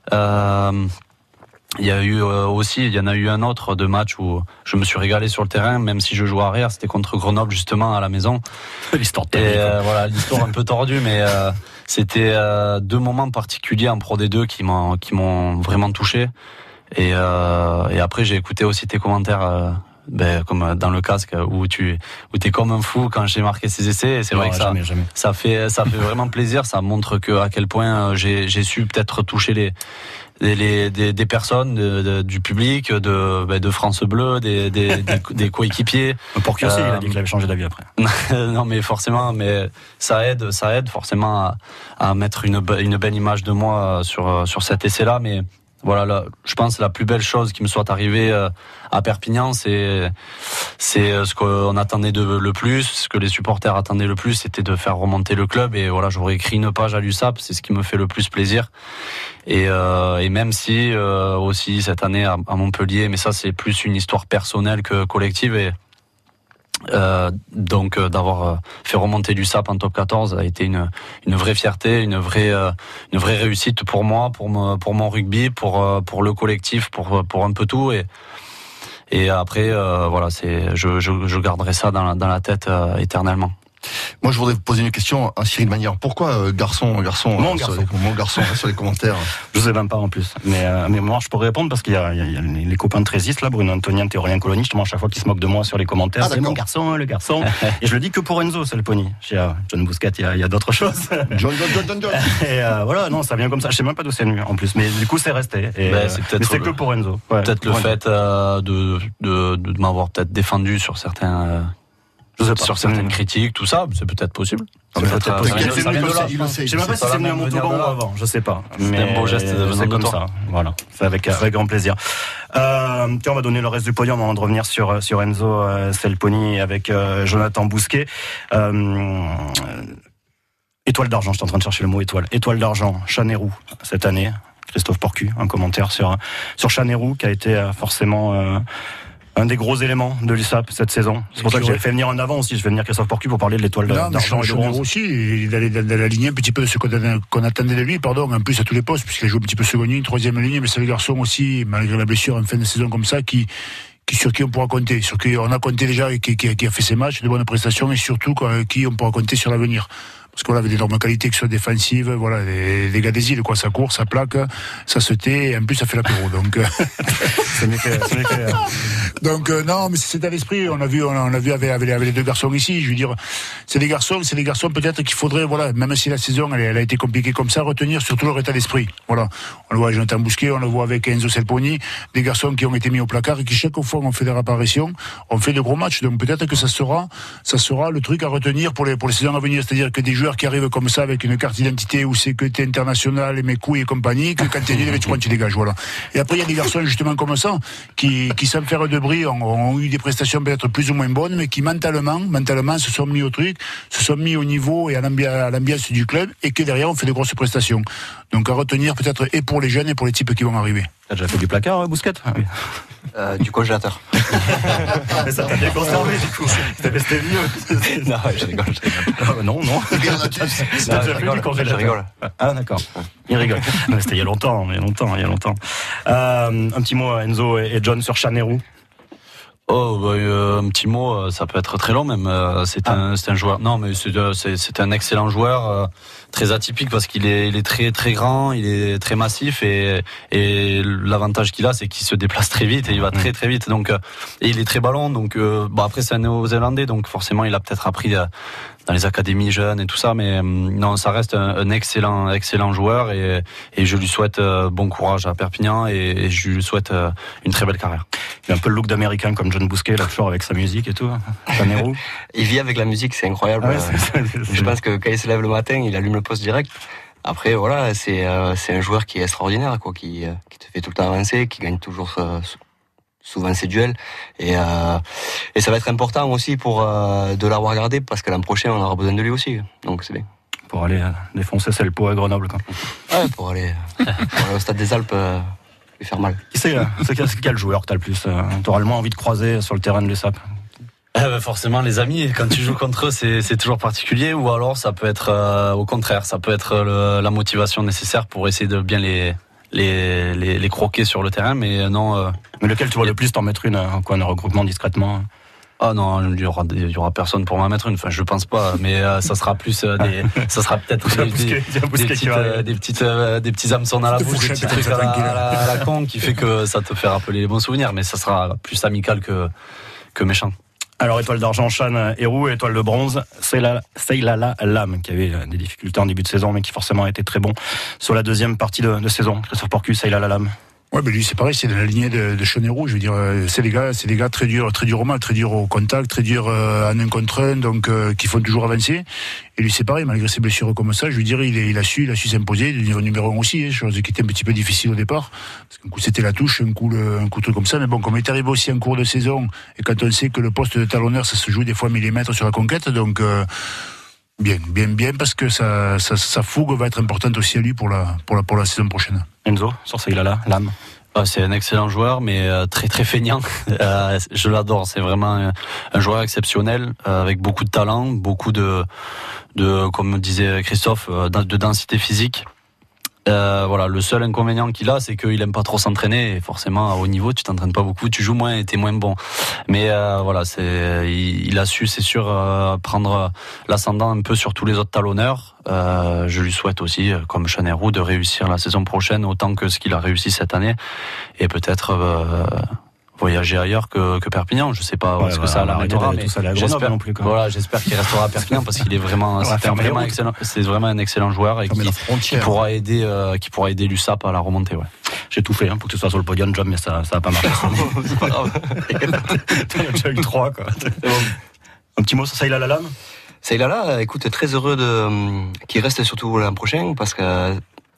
Euh, Il y a eu aussi, il y en a eu un autre de match où je me suis régalé sur le terrain, même si je jouais arrière. C'était contre Grenoble justement à la maison. L'histoire et euh, voilà, l'histoire un peu tordue, mais euh, c'était euh, deux moments particuliers en Pro D deux qui m'ont qui m'ont vraiment touché. Et, euh, et après j'ai écouté aussi tes commentaires. Euh, Ben, comme dans le casque où tu où t'es comme un fou quand j'ai marqué ces essais et c'est non, vrai que jamais, ça jamais. ça fait ça fait vraiment plaisir, ça montre que à quel point j'ai j'ai su peut-être toucher les des, des, des personnes, de, de, du public, de, bah, de France Bleu, des, des, des, des coéquipiers. Pour qui aussi, euh, il a dit qu'il avait changé d'avis après. Non, mais forcément, mais ça aide, ça aide forcément à, à mettre une, une belle image de moi sur, sur cet essai-là, mais voilà, là, je pense que la plus belle chose qui me soit arrivée à Perpignan, c'est c'est ce qu'on attendait de, le plus, ce que les supporters attendaient le plus, c'était de faire remonter le club. Et voilà, j'aurais écrit une page à l'U S A P, c'est ce qui me fait le plus plaisir. Et, euh, et même si euh, aussi cette année à, à Montpellier, mais ça c'est plus une histoire personnelle que collective. Et Euh, donc euh, d'avoir euh, fait remonter l'U S A P en top quatorze a été une une vraie fierté, une vraie euh, une vraie réussite pour moi, pour mon pour mon rugby, pour euh, pour le collectif, pour pour un peu tout. Et et après euh, voilà, c'est je, je je garderai ça dans la, dans la tête euh, éternellement. Moi, je voudrais vous poser une question à Cyril Magnier. Pourquoi euh, garçon, garçon, mon euh, garçon, sur les, mon garçon sur les commentaires? Je sais même pas en plus. Mais, euh, mais moi, je pourrais répondre parce qu'il y a, il y a, il y a les, les copains de Trésis, là, Bruno Antonien, Théorien Colony, justement, à chaque fois qu'ils se moquent de moi sur les commentaires, ah, c'est mon garçon, le garçon. Et je le dis que pour Enzo, c'est le pony. Chez euh, John Bousquet, il y a, il y a d'autres choses. John, John, John, John, John. Et euh, voilà, non, ça vient comme ça. Je sais même pas d'où c'est venu, en plus. Mais du coup, c'est resté. Et, ben, c'est peut-être mais c'est le, que pour Enzo. Ouais, peut-être le fait euh, de, de, de m'avoir peut-être défendu sur certains. Euh, Je sais pas, sur certaines critiques, tout ça, c'est peut-être possible. Ah, c'est peut-être, peut-être, euh, ça vient de là. Je sais même pas si c'est venu à Montauban ou avant, je sais pas. C'est un beau geste de c'est comme ça. Voilà, c'est avec, avec grand plaisir. Euh, tiens, on va donner le reste du podium avant de revenir sur, sur Enzo euh, Selponi avec euh, Jonathan Bousquet. Euh, étoile d'argent, je suis en train de chercher le mot étoile. Étoile d'argent, Chanérou, cette année. Christophe Porcu, un commentaire sur, sur Chanérou qui a été euh, forcément... Euh, un des gros éléments de l'U S A P cette saison. C'est pour ça que j'ai fait venir en avant aussi. Je vais venir Christophe Porcu pour parler de l'étoile non, d'argent et de bronze. aussi, il allait dans la ligne un petit peu de ce qu'on attendait de lui, pardon, en plus à tous les postes, puisqu'il a joué un petit peu seconde ligne, troisième ligne, mais c'est le garçon aussi, malgré la blessure en fin de saison comme ça, qui, qui sur qui on pourra compter, sur qui on a compté déjà et qui, qui, qui a fait ses matchs, de bonnes prestations, et surtout qui on pourra compter sur l'avenir. Parce qu'on avait d'énormes qualités, que ce soit défensives, voilà, les, les gars des îles, quoi, ça court, ça plaque, ça se tait, et en plus ça fait l'apéro, donc. c'est mieux que, c'est mieux que... Donc, euh, non, mais c'est à l'esprit, on a vu, on a, on a vu avec, avec, avec les deux garçons ici, je veux dire, c'est des garçons, c'est des garçons peut-être qu'il faudrait, voilà, même si la saison, elle, elle a été compliquée comme ça, retenir surtout leur état d'esprit, voilà. On le voit avec Jonathan Bousquet, on le voit avec Enzo Selponi, des garçons qui ont été mis au placard et qui chaque fois ont fait des réapparitions, ont fait de gros matchs, donc peut-être que ça sera, ça sera le truc à retenir pour les, pour les saisons à venir, c'est-à-dire que des joueurs qui arrivent comme ça avec une carte d'identité où c'est que t'es international et mes couilles et compagnie, que quand t'es nul, tu prends, tu dégages, voilà. Et après, il y a des garçons justement comme ça, qui, qui sans faire de bruit, ont, ont eu des prestations peut-être plus ou moins bonnes, mais qui mentalement, mentalement se sont mis au truc, se sont mis au niveau et à l'ambiance, à l'ambiance du club, et que derrière, on fait de grosses prestations. Donc à retenir peut-être et pour les jeunes et pour les types qui vont arriver. T'as déjà fait du placard, Bousquet? Oui. Euh, du congélateur. Mais ça t'a bien conservé, du coup. C'était vieux. Non, je rigole, je rigole. Ah, non, non. T'as déjà fait du congélateur? Je rigole. Ah, d'accord. Il rigole. Mais c'était il y a longtemps, il y a longtemps, il y a longtemps. Euh, un petit mot, Enzo et John, sur Chanérou. Oh, bah, euh, un petit mot, ça peut être très long même. Euh, c'est ah. un, c'est un joueur. Non, mais c'est, c'est, c'est un excellent joueur, euh, très atypique parce qu'il est, il est très, très grand, il est très massif et, et l'avantage qu'il a, c'est qu'il se déplace très vite et il va très, très vite. Donc, euh, et il est très ballon. Donc, euh, bon, après c'est un Néo-Zélandais, donc forcément il a peut-être appris euh, dans les académies jeunes et tout ça, mais euh, non, ça reste un, un excellent, excellent joueur et, et je lui souhaite euh, bon courage à Perpignan et, et je lui souhaite euh, une très belle carrière. Il a un peu le look d'américain comme John Bousquet, là, toujours avec sa musique et tout. Chanérou. Il vit avec la musique, c'est incroyable. Ah ouais, c'est, c'est, c'est... Je pense que quand il se lève le matin, il allume le poste direct. Après, voilà, c'est, euh, c'est un joueur qui est extraordinaire, quoi, qui, euh, qui te fait tout le temps avancer, qui gagne toujours euh, souvent ses duels. Et, euh, et ça va être important aussi pour euh, de l'avoir gardé, parce que l'an prochain, on aura besoin de lui aussi. Donc c'est bien. Pour aller euh, défoncer Selpo à Grenoble, quoi. Ouais, pour aller, pour aller au Stade des Alpes. Euh, faire mal. Qui c'est, c'est quel joueur que t'as le plus euh, t'auras le moins envie de croiser sur le terrain de l'U S A P? Eh ben forcément les amis, quand tu joues contre eux c'est, c'est toujours particulier, ou alors ça peut être euh, au contraire, ça peut être le, la motivation nécessaire pour essayer de bien les, les, les, les croquer sur le terrain, mais non... Euh, mais lequel tu vois le plus t'en mettre une, un coin de regroupement discrètement? Ah non, il y aura, il y aura personne pour m'en mettre une. Enfin, je pense pas, mais euh, ça sera plus euh, des, ça sera peut-être des, des, des, petites, euh, des petites, euh, des petits hameçons à la bouche, des petits trucs à la, à, la, à la con qui fait que ça te fait rappeler les bons souvenirs, mais ça sera plus amical que que méchant. Alors, étoile d'argent, Chan Héroux, étoile de bronze, Seylala Lam, qui avait des difficultés en début de saison, mais qui forcément a été très bon sur la deuxième partie de, de saison. Christophe Porcu, Seylala Lam. Ouais, ben lui c'est pareil, c'est de la lignée de, de Chonero, je veux dire, c'est des gars, c'est des gars très durs, très durs au mal, très durs au contact, très durs euh, en un contre un, donc euh, qui font toujours avancer. Et lui c'est pareil, malgré ses blessures comme ça, je veux dire, il, est, il a su, il a su s'imposer, devenir numéro un aussi, hein, chose qui était un petit peu difficile au départ, parce qu'un coup c'était la touche, un coup le, un coup truc comme ça, mais bon, comme il est arrivé aussi en cours de saison, et quand on sait que le poste de talonneur ça se joue des fois millimètres sur la conquête, donc euh, bien, bien, bien, parce que sa, sa, sa fougue va être importante aussi à lui pour la, pour la, pour la saison prochaine. Enzo, sur Seylala Lam. Ah, c'est un excellent joueur, mais euh, très très feignant. Euh, je l'adore. C'est vraiment un, un joueur exceptionnel, euh, avec beaucoup de talent, beaucoup de, de, comme disait Christophe, euh, de densité physique. Euh, voilà, le seul inconvénient qu'il a, c'est qu'il aime pas trop s'entraîner. Et forcément, à haut niveau, tu t'entraînes pas beaucoup, tu joues moins et t'es moins bon. Mais euh, voilà, c'est, il, il a su, c'est sûr, euh, prendre l'ascendant un peu sur tous les autres talonneurs. Euh, je lui souhaite aussi, comme Chan Héroux, de réussir la saison prochaine autant que ce qu'il a réussi cette année, et peut-être euh, voyager ailleurs que, que Perpignan. Je sais pas où ouais, est-ce bah, que ça l'amènera, mais j'espère non plus, voilà, j'espère qu'il restera à Perpignan parce qu'il est vraiment, c'est un vraiment excellent, c'est vraiment un excellent joueur et qui, qui pourra aider, euh, qui pourra aider l'U S A P à la remontée. Ouais. J'ai tout fait hein, pour que ce soit sur le podium, John, mais ça, ça a pas marché. C'est pas grave. T'en as déjà eu trois, quoi. Bon. Un petit mot sur Seylala Lam. Seylala, écoute, très heureux de qu'il reste surtout l'an prochain parce que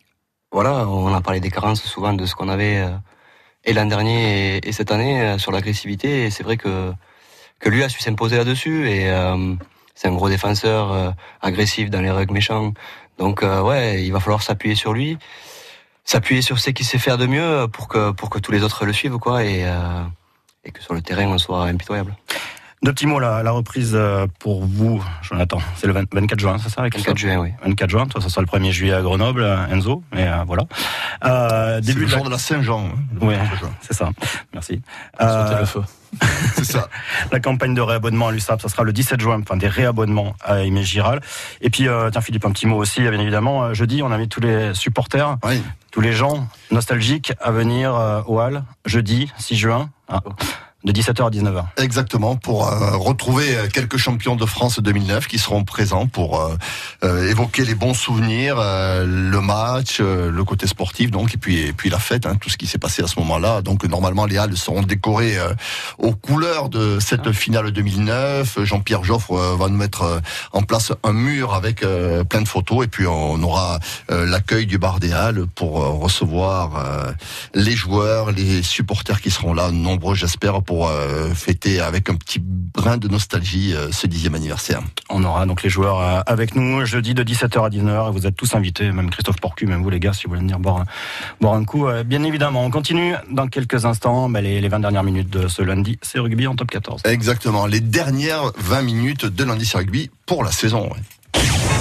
voilà, on a parlé des carences souvent de ce qu'on avait. Et l'an dernier et, et cette année euh, sur l'agressivité, et c'est vrai que que lui a su s'imposer là-dessus et euh, c'est un gros défenseur euh, agressif dans les rugs méchants. Donc euh, ouais, il va falloir s'appuyer sur lui, s'appuyer sur ce qu'il sait faire de mieux pour que pour que tous les autres le suivent quoi et euh, et que sur le terrain on soit impitoyable. Deux petits mots, la, la reprise pour vous, Jonathan. C'est le vingt, vingt-quatre juin, c'est ça avec vingt-quatre juin, oui. vingt-quatre juin, toi, ça sera le premier juillet à Grenoble, Enzo, mais euh, voilà. Euh, début c'est le de jour la... de la Saint-Jean. Hein, oui, c'est ça. Merci. Euh, le feu. C'est ça. La campagne de réabonnement à l'U S A P, ça sera le dix-sept juin, enfin des réabonnements à Aimé Giral. Et puis, euh, tiens Philippe, un petit mot aussi, bien évidemment. Jeudi, on a mis tous les supporters, oui. tous les gens nostalgiques à venir euh, au Hall, jeudi six juin. Ah. De dix-sept heures à dix-neuf heures. Exactement, pour euh, retrouver quelques champions de France deux mille neuf qui seront présents pour euh, euh, évoquer les bons souvenirs, euh, le match, euh, le côté sportif, donc et puis et puis la fête, hein, tout ce qui s'est passé à ce moment-là. Donc normalement les halles seront décorées euh, aux couleurs de cette finale deux mille neuf. Jean-Pierre Joffre euh, va nous mettre euh, en place un mur avec euh, plein de photos et puis on aura euh, l'accueil du bar des halles pour euh, recevoir euh, les joueurs, les supporters qui seront là, nombreux j'espère, pour pour euh, fêter avec un petit brin de nostalgie euh, ce dixième anniversaire. On aura donc les joueurs euh, avec nous jeudi de dix-sept heures à dix-neuf heures et vous êtes tous invités, même Christophe Porcu, même vous les gars, si vous voulez venir boire un, boire un coup. Euh, bien évidemment, on continue dans quelques instants. Bah, les, les vingt dernières minutes de ce lundi, c'est rugby en top quatorze. Exactement, les dernières vingt minutes de lundi c'est rugby pour la saison. Ouais.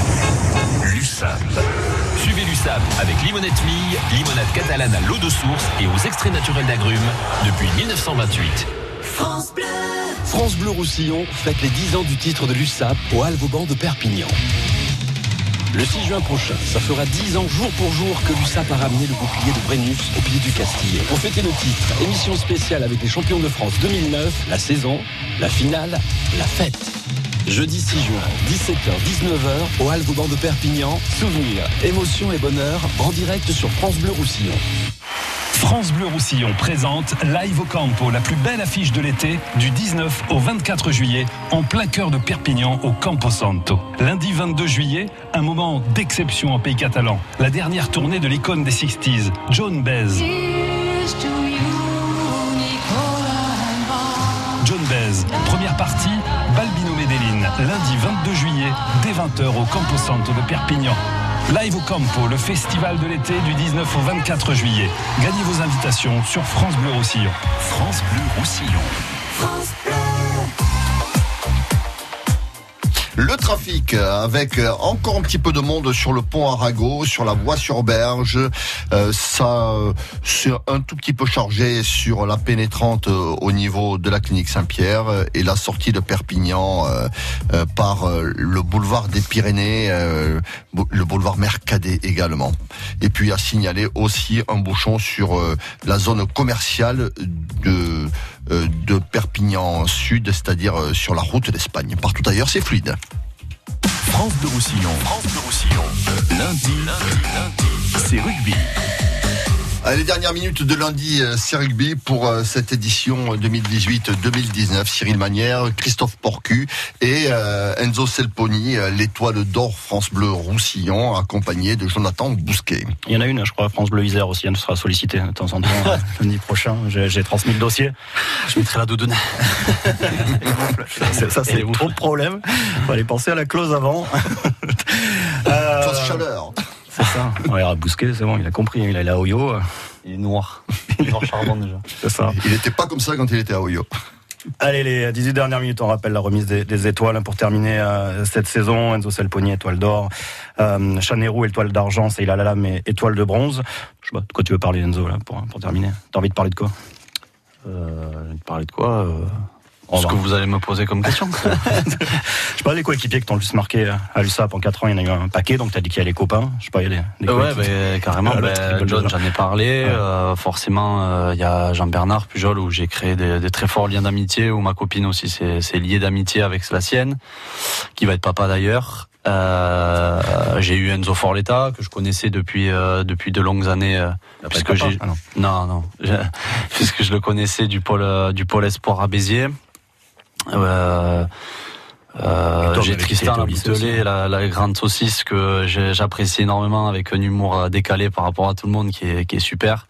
L'U S A P. Suivez l'U S A P avec Limonette Mille, limonade catalane à l'eau de source et aux extraits naturels d'agrumes depuis dix-neuf cent vingt-huit. France Bleu. France Bleu Roussillon fête les dix ans du titre de l'U S A P au Halle-Vauban de Perpignan. Le six juin prochain, ça fera dix ans jour pour jour que l'U S A P a ramené le bouclier de Brennus au pied du Castillet. Pour fêter le titre, émission spéciale avec les champions de France deux mille neuf, la saison, la finale, la fête. Jeudi six juin, dix-sept heures dix-neuf heures, au Halle-Vauban de Perpignan, souvenirs, émotion et bonheur en direct sur France Bleu Roussillon. France Bleu Roussillon présente Live au Campo, la plus belle affiche de l'été, du dix-neuf au vingt-quatre juillet, en plein cœur de Perpignan, au Campo Santo. Lundi vingt-deux juillet, un moment d'exception en pays catalan. La dernière tournée de l'icône des sixties, Joan Baez. Joan Baez, première partie, Balbino Medellin, lundi vingt-deux juillet, dès vingt heures au Campo Santo de Perpignan. Live au Campo, le festival de l'été du dix-neuf au vingt-quatre juillet. Gagnez vos invitations sur France Bleu Roussillon. France Bleu Roussillon. France Bleu. Le trafic avec encore un petit peu de monde sur le pont Arago, sur la voie sur Berge. Euh, ça, c'est un tout petit peu chargé sur la pénétrante au niveau de la clinique Saint-Pierre et la sortie de Perpignan euh, euh, par le boulevard des Pyrénées, euh, le boulevard Mercadet également. Et puis à signaler aussi un bouchon sur euh, la zone commerciale de euh, de Perpignan Sud, c'est-à-dire euh, sur la route d'Espagne. Partout ailleurs, c'est fluide. France Bleu Roussillon. France Bleu Roussillon. Lundi, lundi, lundi, c'est rugby. Allez, les dernières minutes de lundi, c'est rugby pour cette édition deux mille dix-huit deux mille dix-neuf. Cyril Manière, Christophe Porcu et euh, Enzo Selponi, l'étoile d'or France Bleu Roussillon, accompagné de Jonathan Bousquet. Il y en a une, je crois, France Bleu Isère aussi, elle sera sollicitée de temps en temps lundi prochain. J'ai, j'ai transmis le dossier. Je mettrai la doudoune. c'est, ça, c'est trop de problème. Il faut aller penser à la clause avant. euh... Clause chaleur. C'est ça. Ouais, Bousquet, c'est bon, il a compris. Il a la Oyo. Il est noir. Il est noir charbon déjà. C'est ça. Il n'était pas comme ça quand il était à Oyo. Allez, les dix-huit dernières minutes, on rappelle la remise des, des étoiles pour terminer euh, cette saison. Enzo Selponi, étoile d'or. Euh, Chanerou, étoile d'argent. Seila Lalam, étoile de bronze. Je sais pas, de quoi tu veux parler, Enzo, là, pour, pour terminer? T'as envie de parler de quoi? euh, De parler de quoi euh... Ce que vous allez me poser comme question. Je sais pas, les coéquipiers qui t'ont le plus marqué à l'U S A P en quatre ans, il y en a eu un paquet, donc t'as dit qu'il y a les copains. Je sais pas, il y a des, des ouais, bah, carrément. Ah, bah, John, j'en ai parlé. Ouais. Euh, forcément, il euh, y a Jean-Bernard Pujol où j'ai créé des, des très forts liens d'amitié, où ma copine aussi s'est, s'est liée d'amitié avec la sienne, qui va être papa d'ailleurs. Euh, j'ai eu Enzo Forletta que je connaissais depuis euh, depuis de longues années euh, puisque j'ai ah non non, non puisque je le connaissais du pôle euh, du pôle espoir à Béziers. Euh, euh, j'ai Tristan Laboutelet, la, la grande saucisse que j'apprécie énormément, avec un humour décalé par rapport à tout le monde qui est, qui est super.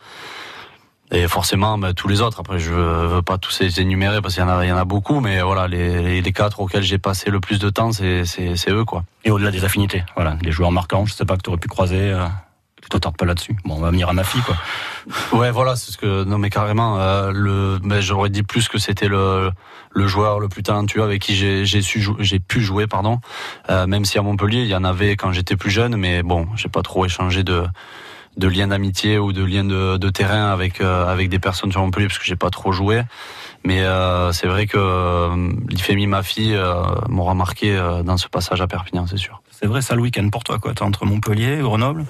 Et forcément, bah, tous les autres. Après, je veux pas tous les énumérer parce qu'il y en a, il y en a beaucoup, mais voilà, les, les, les quatre auxquels j'ai passé le plus de temps, c'est, c'est, c'est eux, quoi. Et au-delà des affinités, voilà, les joueurs marquants, je sais pas que tu aurais pu croiser. Euh... Tu t'attardes pas là-dessus. Bon, on va venir à ma fille, quoi. Ouais, voilà, c'est ce que, non, mais carrément, euh, le, mais j'aurais dit plus que c'était le, le joueur le plus talentueux avec qui j'ai, j'ai su, j'ai pu jouer, pardon. Euh, même si à Montpellier, il y en avait quand j'étais plus jeune, mais bon, j'ai pas trop échangé de, de liens d'amitié ou de liens de, de terrain avec, euh, avec des personnes sur Montpellier parce que j'ai pas trop joué. Mais, euh, c'est vrai que, euh, l'Ifemi, ma fille, euh, m'aura marqué, euh, dans ce passage à Perpignan, c'est sûr. C'est vrai, ça le week-end pour toi, quoi. T'es entre Montpellier et Grenoble?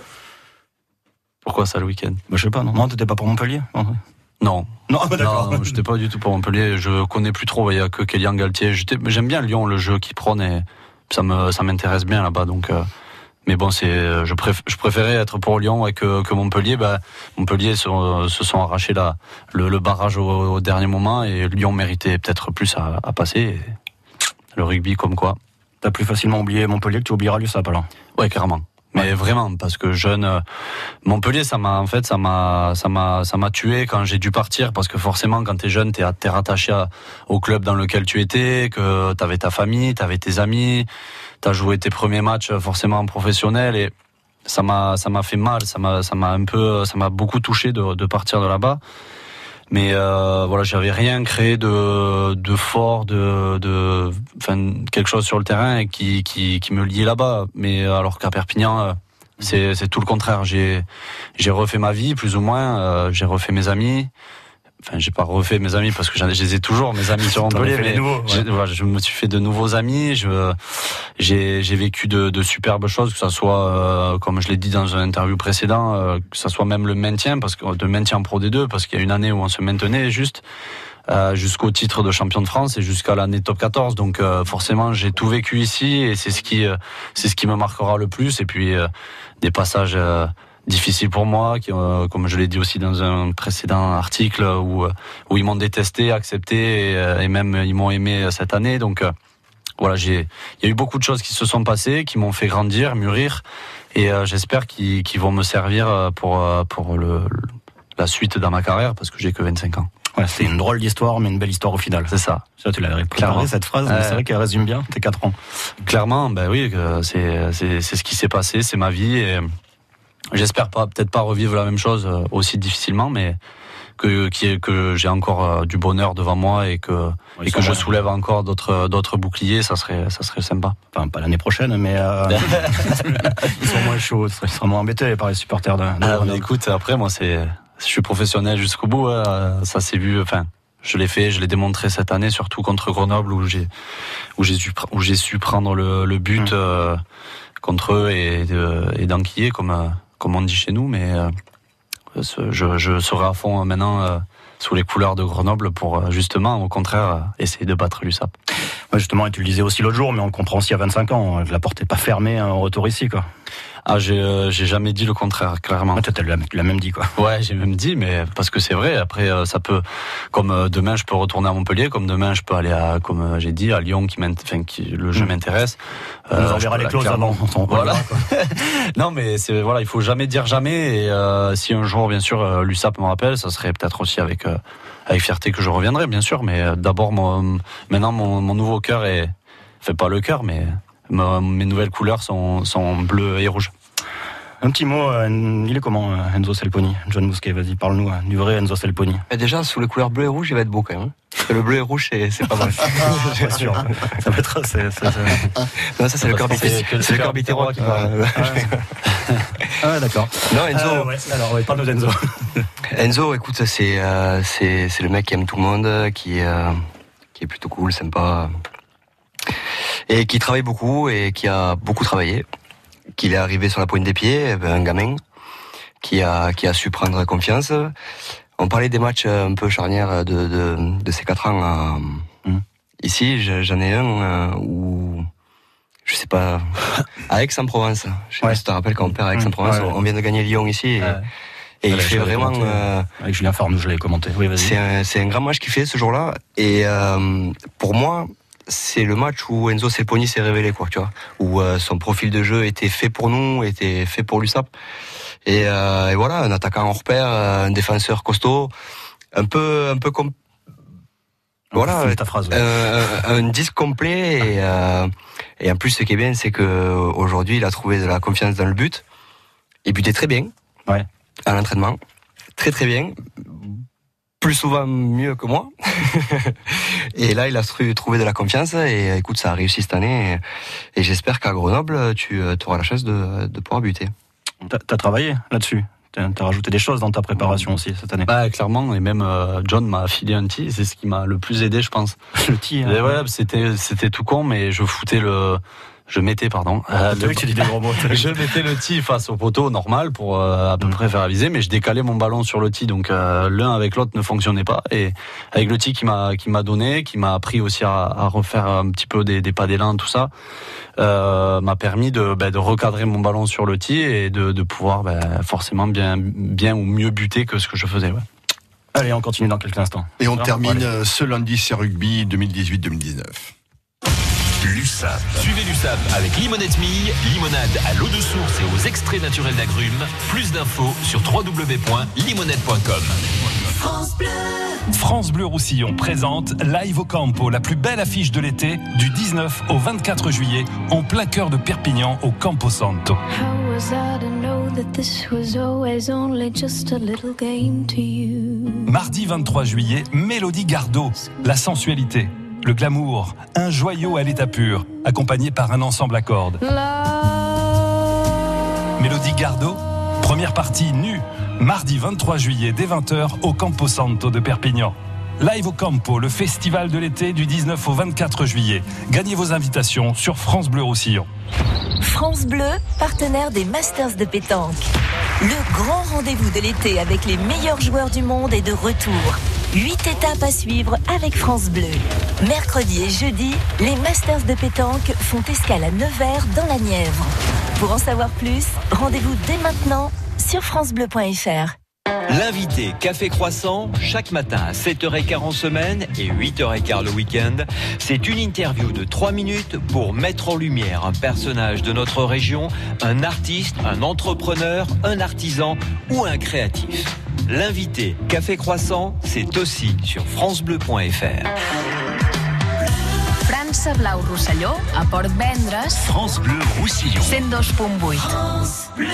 Pourquoi ça le week-end? Bah, je sais pas, non. Non, t'étais pas pour Montpellier? Non. Non, bah, d'accord. Non, j'étais pas du tout pour Montpellier. Je connais plus trop. Il y a que Kélian Galtier. J'étais, j'aime bien Lyon, le jeu qu'ils prônent, et ça me, ça m'intéresse bien là-bas. Donc, euh, mais bon, c'est, je, préf, je préférais être pour Lyon ouais, que, que Montpellier. Bah, Montpellier se, se sont arrachés la, le, le barrage au, au dernier moment, et Lyon méritait peut-être plus à, à passer. Et le rugby, comme quoi. T'as plus facilement oublié Montpellier que tu oublieras l'U S A P, alors? Ouais, carrément. Mais vraiment, parce que jeune, euh, Montpellier, ça m'a, en fait, ça m'a, ça m'a, ça m'a tué quand j'ai dû partir, parce que forcément, quand t'es jeune, t'es, t'es rattaché à, au club dans lequel tu étais, que t'avais ta famille, t'avais tes amis, t'as joué tes premiers matchs forcément en professionnel, et ça m'a, ça m'a fait mal, ça m'a, ça m'a un peu, ça m'a beaucoup touché de, de partir de là-bas. Mais euh, voilà, j'avais rien créé de de fort, de de enfin quelque chose sur le terrain et qui qui qui me liait là-bas. Mais alors qu'à Perpignan, c'est c'est tout le contraire. J'ai j'ai refait ma vie plus ou moins. Euh, j'ai refait mes amis. Enfin, j'ai pas refait mes amis parce que j'en ai, je les ai toujours, mes amis sur Montpellier, mais nouveaux, ouais. voilà, je me suis fait de nouveaux amis. Je, j'ai, j'ai vécu de, de superbes choses, que ça soit, euh, comme je l'ai dit dans une interview précédent, euh, que ça soit même le maintien, parce que de maintien en Pro D deux, parce qu'il y a une année où on se maintenait juste euh, jusqu'au titre de champion de France et jusqu'à l'année top quatorze. Donc euh, forcément, j'ai tout vécu ici et c'est ce qui, euh, c'est ce qui me marquera le plus. Et puis euh, des passages. Euh, difficile pour moi, qui, euh, comme je l'ai dit aussi dans un précédent article, où où ils m'ont détesté, accepté, et, et même ils m'ont aimé cette année. Donc euh, voilà, j'ai, il y a eu beaucoup de choses qui se sont passées, qui m'ont fait grandir, mûrir, et euh, j'espère qu'ils, qu'ils vont me servir pour pour le, le la suite dans ma carrière, parce que j'ai que vingt-cinq ans. Ouais, c'est une drôle d'histoire, mais une belle histoire au final. C'est ça. Ça, tu l'avais préparé, cette phrase, mais euh, c'est vrai qu'elle résume bien tes quatre ans. Clairement, ben oui, c'est c'est c'est ce qui s'est passé, c'est ma vie, et j'espère pas, peut-être pas revivre la même chose aussi difficilement, mais que, que j'ai encore du bonheur devant moi et que, ouais, et que je soulève encore d'autres, d'autres boucliers, ça serait, ça serait sympa. Enfin, pas l'année prochaine, mais euh, ils sont moins chauds, ils seraient moins embêtés par les supporters de, de ah, mais écoute, après, moi, c'est, je suis professionnel jusqu'au bout, hein, ça s'est vu, enfin, je l'ai fait, je l'ai démontré cette année, surtout contre Grenoble, où j'ai, où j'ai su, où j'ai su prendre le, le but, mmh. euh, contre eux et, et d'enquiller, comme, comme on dit chez nous, mais euh, je, je serai à fond maintenant euh, sous les couleurs de Grenoble pour justement, au contraire, essayer de battre l'U S A P. Ouais, justement, et tu le disais aussi l'autre jour, mais on le comprend aussi à vingt-cinq ans, la porte n'est pas fermée en retour ici, quoi. Ah, j'ai, euh, j'ai jamais dit le contraire, clairement. Ah, toi, tu l'as même dit, quoi. Ouais, j'ai même dit, mais parce que c'est vrai. Après, euh, ça peut, comme euh, demain, je peux retourner à Montpellier, comme demain, je peux aller à, comme euh, j'ai dit, à Lyon, qui enfin, qui le jeu mmh. m'intéresse. Euh, on nous enverra les clauses avant. On voilà. Non, mais c'est voilà, il faut jamais dire jamais. Et euh, si un jour, bien sûr, euh, l'U S A P me rappelle, ça serait peut-être aussi avec euh, avec fierté que je reviendrai, bien sûr. Mais euh, d'abord, mon, maintenant, mon, mon nouveau cœur est, fait pas le cœur, mais mes nouvelles couleurs sont, sont bleu et rouge. Un petit mot, euh, il est comment Enzo Selponi? John Mousquet, vas-y, parle-nous hein, du vrai Enzo Selponi. Et déjà, sous les couleurs bleu et rouge, il va être beau quand même. Parce que le bleu et rouge, c'est, c'est pas mal. Bien sûr. Ça va être. C'est, c'est, c'est... Non, ça, c'est le Corbitero qui va. Ah ouais, d'accord. Non, Enzo. Euh, ouais. Alors, ouais, parle-nous d'Enzo. Enzo, écoute, c'est, euh, c'est, c'est le mec qui aime tout le monde, qui, euh, qui est plutôt cool, sympa. Et qui travaille beaucoup et qui a beaucoup travaillé. Qu'il est arrivé sur la pointe des pieds, un gamin qui a qui a su prendre confiance. On parlait des matchs un peu charnières de de, de ces quatre ans. À, mmh. Ici, j'en ai un où je sais pas à Aix-en-Provence. Je sais ouais. pas si tu te rappelles quand on perd à Aix-en-Provence, ouais, ouais. on vient de gagner Lyon ici. Et, ouais. et il fait vraiment. Euh, Avec Julien Farnou, je l'ai commenté. Oui, vas-y. C'est un c'est un grand match qu'il fait ce jour-là. Et euh, pour moi. C'est le match où Enzo Selponi s'est révélé, quoi, tu vois, où euh, son profil de jeu était fait pour nous, était fait pour l'U S A P. Et, euh, et voilà, un attaquant en repère, un défenseur costaud, un peu, un peu comme, voilà, ta phrase, ouais. euh, un disque complet. Et, euh, et en plus, ce qui est bien, c'est que aujourd'hui, il a trouvé de la confiance dans le but. Il butait très bien, ouais, à l'entraînement, très très bien. Plus souvent mieux que moi. Et là, il a trouvé de la confiance. Et écoute, ça a réussi cette année. Et, et j'espère qu'à Grenoble, tu auras la chance de, de pouvoir buter. T'as, t'as travaillé là-dessus? T'as, t'as rajouté des choses dans ta préparation aussi cette année? Bah, clairement. Et même euh, John m'a filé un tee. C'est ce qui m'a le plus aidé, je pense. Le tee, hein, ouais, ouais, c'était, c'était tout con, mais je foutais le... Je mettais, pardon. Euh, le... tu dis des gros mots. Je mettais le tee face au poteau normal pour euh, à peu mmh. près faire aviser, mais je décalais mon ballon sur le tee, donc euh, l'un avec l'autre ne fonctionnait pas. Et avec le tee qui m'a qui m'a donné, qui m'a appris aussi à, à refaire un petit peu des, des pas d'élan, tout ça, euh, m'a permis de bah, de recadrer mon ballon sur le tee et de, de pouvoir bah, forcément bien bien ou mieux buter que ce que je faisais. Ouais. Allez, on continue dans quelques instants. Et on Alors, termine allez. ce lundi, c'est rugby deux mille dix-huit deux mille dix-neuf. L'U S A P. Suivez l'U S A P avec Limonette Mille, limonade à l'eau de source et aux extraits naturels d'agrumes. Plus d'infos sur w w w point limonette point com. France Bleu. France Bleu Roussillon présente Live au Campo, la plus belle affiche de l'été, du dix-neuf au vingt-quatre juillet, en plein cœur de Perpignan, au Campo Santo. Mardi vingt-trois juillet, Mélodie Gardot, la sensualité. Le glamour, un joyau à l'état pur, accompagné par un ensemble à cordes. Mélodie Gardot, première partie nue, mardi vingt-trois juillet dès vingt heures au Campo Santo de Perpignan. Live au Campo, le festival de l'été du dix-neuf au vingt-quatre juillet. Gagnez vos invitations sur France Bleu Roussillon. France Bleu, partenaire des Masters de pétanque. Le grand rendez-vous de l'été avec les meilleurs joueurs du monde est de retour. Huit étapes à suivre avec France Bleu. Mercredi et jeudi, les Masters de pétanque font escale à Nevers dans la Nièvre. Pour en savoir plus, rendez-vous dès maintenant sur francebleu point f r. L'invité Café Croissant, chaque matin à sept heures quinze en semaine et huit heures quinze le week-end. C'est une interview de trois minutes pour mettre en lumière un personnage de notre région, un artiste, un entrepreneur, un artisan ou un créatif. L'invité Café Croissant, c'est aussi sur francebleu point f r. França Blau Rosselló, a Port-Vendres. France Bleu Roussillon. cent deux virgule huit. France Bleu.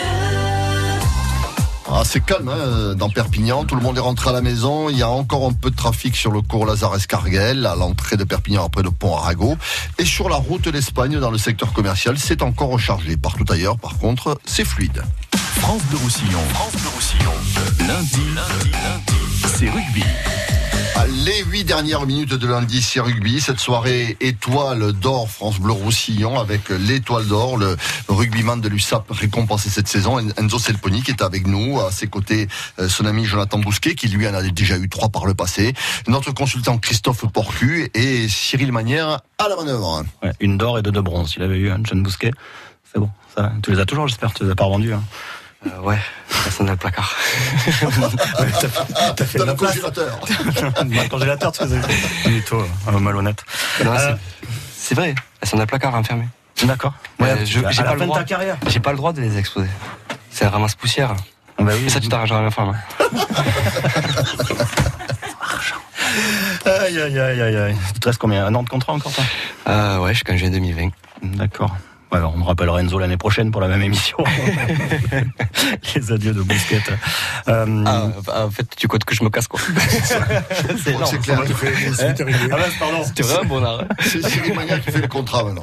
Ah, c'est calme hein, dans Perpignan, tout le monde est rentré à la maison, il y a encore un peu de trafic sur le cours Lazare-Escarguel, à l'entrée de Perpignan après le pont Arago, et sur la route d'Espagne dans le secteur commercial, c'est encore rechargé. Partout ailleurs, par contre, c'est fluide. France Bleu Roussillon. France Bleu Roussillon. Lundi, lundi, lundi, c'est rugby. Les huit dernières minutes de lundi, c'est rugby. Cette soirée étoile d'or France Bleu Roussillon avec l'étoile d'or, le rugbyman de l'U S A P récompensé cette saison, Enzo Selponi, qui est avec nous. À ses côtés, son ami Jonathan Bousquet, qui lui en a déjà eu trois par le passé. Notre consultant Christophe Porcu et Cyril Manière à la manœuvre. Ouais, une d'or et deux de bronze. Il avait eu un hein, John Bousquet. C'est bon. Ça, tu les as toujours, j'espère. Tu les as pas revendus. Hein. Euh, ouais, ça sonne dans le placard. Ouais, t'as fait, t'as fait dans le congélateur. Dans le congélateur, tu faisais. Mytho, euh, malhonnête. Non, euh, c'est, c'est vrai, elles sont dans le placard enfermées. D'accord. Ouais, ouais, je, j'ai, pas le droit, carrière. j'ai pas le droit de les exposer. C'est un ramasse-poussière. Bah oui. Et ça, tu t'arrangeras à la femme. Aïe, aïe, aïe, aïe, aïe. Tu te restes combien? Un an de contrat encore, toi? Euh, ouais, jusqu'en juin deux mille vingt. D'accord. Ouais, on me rappellera Enzo l'année prochaine pour la même émission. Les adieux de Bousquet. Euh... Ah, en fait, tu comptes que je me casse, quoi. C'est, bon, c'est clair. C'est ah ouais, pardon. C'était vraiment bon arrêt. C'est Cyril Magnac qui fait le contrat maintenant.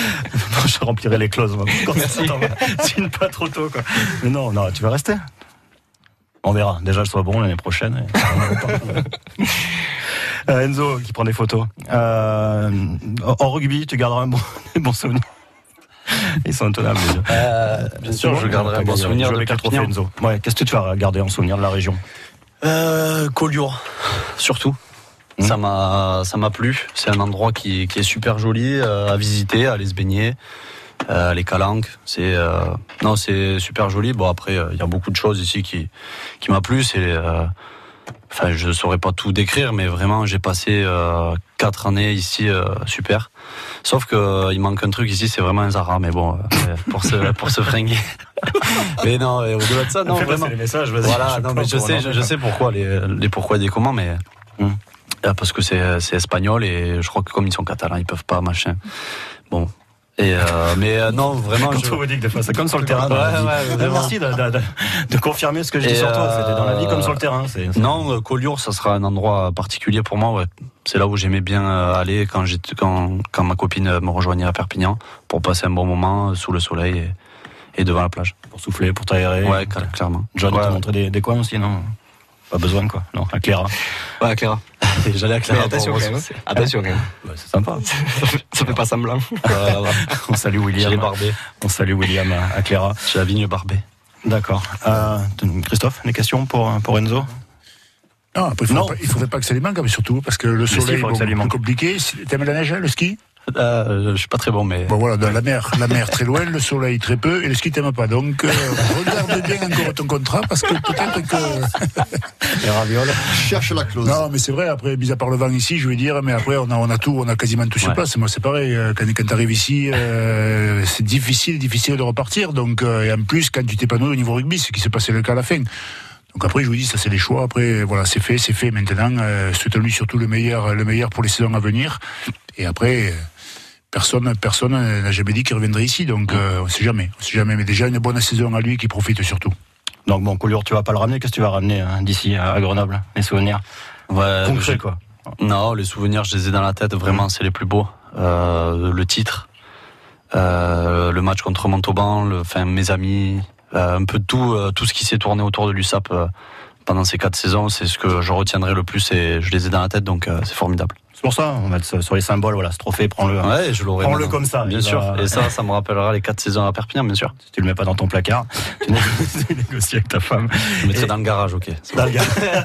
Je remplirai les clauses. Moi. Merci. Signe pas trop tôt, quoi. Mais non, non, tu vas rester. On verra. Déjà, je serai bon l'année prochaine. Et... euh, Enzo qui prend des photos. Euh, en rugby, tu garderas un bon, des bons souvenirs. Ils sont intenables. Euh, bien sûr, je garderai un bon souvenir de Perpignan. Enzo. Ouais, qu'est-ce que tu vas garder en souvenir de la région? euh, Collioure, surtout. Mmh. Ça m'a, ça m'a plu. C'est un endroit qui, qui est super joli euh, à visiter, à aller se baigner. Euh, les calanques, c'est euh, non, c'est super joli. Bon après, il euh, y a beaucoup de choses ici qui qui m'a plu. C'est euh, Enfin, je saurais pas tout décrire, mais vraiment, j'ai passé euh, quatre années ici, euh, super. Sauf que euh, il manque un truc ici, c'est vraiment un Zara, mais bon, euh, pour se pour se fringuer. Mais non, au-delà de ça, non, vraiment. Les messages, vas-y, voilà, je non, mais je sais, je, je sais pourquoi les les pourquoi des comment, mais hum, parce que c'est c'est espagnol et je crois que comme ils sont catalans, ils peuvent pas machin. Bon. Et euh, mais euh, non, vraiment. Quand je... on vous dit que des fois c'est comme sur le terrain. Ouais, ouais, ouais, merci de, de, de, de confirmer ce que je dis sur toi. Euh, C'était dans la vie comme sur le terrain. C'est, c'est... Non, Collioure, ça sera un endroit particulier pour moi. Ouais. C'est là où j'aimais bien aller quand j'étais, quand, quand ma copine me rejoignait à Perpignan pour passer un bon moment sous le soleil et, et devant la plage. Pour souffler, pour t'aérer. Ouais, clairement. John ouais. t'a montré des, des coins aussi, non? Pas besoin, quoi. Non, à Cléra. Ouais, à Cléra. J'allais à Cléra. Attention, quand même. Attention, quand même. Bah, c'est sympa. Ça fait pas semblant. Voilà, voilà. On salue William. Barbé. On salue William à, à Cléra. Chez la vigne Barbé. D'accord. Euh, Christophe, des questions pour, pour Enzo? Non, après, il ne faudrait, faudrait pas que ça lui manque, mais surtout parce que le soleil est bon, plus compliqué. T'aimes la neige, le ski? Euh, je suis pas très bon, mais... Bon voilà, dans la mer, la mer très loin, le soleil très peu, et le ski t'aime pas. Donc, euh, regarde bien encore ton contrat, parce que peut-être que... Les ravioles. Cherche la clause. Non, mais c'est vrai, après, mis à part le vent ici, je veux dire, mais après, on a, on a tout, on a quasiment tout sur ouais. place. Moi, c'est pareil, quand, quand t'arrives ici, euh, c'est difficile, difficile de repartir. Donc, euh, et en plus, quand tu t'épanouis au niveau rugby, ce qui s'est passé le cas à la fin. Donc après, je vous dis, ça c'est les choix. Après, voilà, c'est fait, c'est fait. Maintenant, euh, souhaitons-lui surtout le meilleur, le meilleur pour les saisons à venir. Et après, personne, personne n'a jamais dit qu'il reviendrait ici. Donc, euh, on sait jamais, on sait jamais. Mais déjà une bonne saison à lui qui profite surtout. Donc bon, Collioure, tu vas pas le ramener. Qu'est-ce que tu vas ramener hein, d'ici à Grenoble? Les souvenirs ouais, concrets, quoi. Non, les souvenirs, je les ai dans la tête. Vraiment, mmh. c'est les plus beaux. Euh, le titre, euh, le match contre Montauban, le, enfin mes amis. Euh, un peu de tout, euh, tout ce qui s'est tourné autour de l'U S A P euh, pendant ces quatre saisons, c'est ce que je retiendrai le plus et je les ai dans la tête, donc euh, c'est formidable. C'est pour ça, on va être sur les symboles, voilà, ce trophée, prends-le. Hein. Ouais, je l'aurai. Prends-le comme ça. Bien sûr. Va... Et ça, ça me rappellera les quatre saisons à Perpignan, bien sûr. Si tu le mets pas dans ton placard, tu négocies avec ta femme. Je le mettrai et... dans le garage, ok. Dans le garage.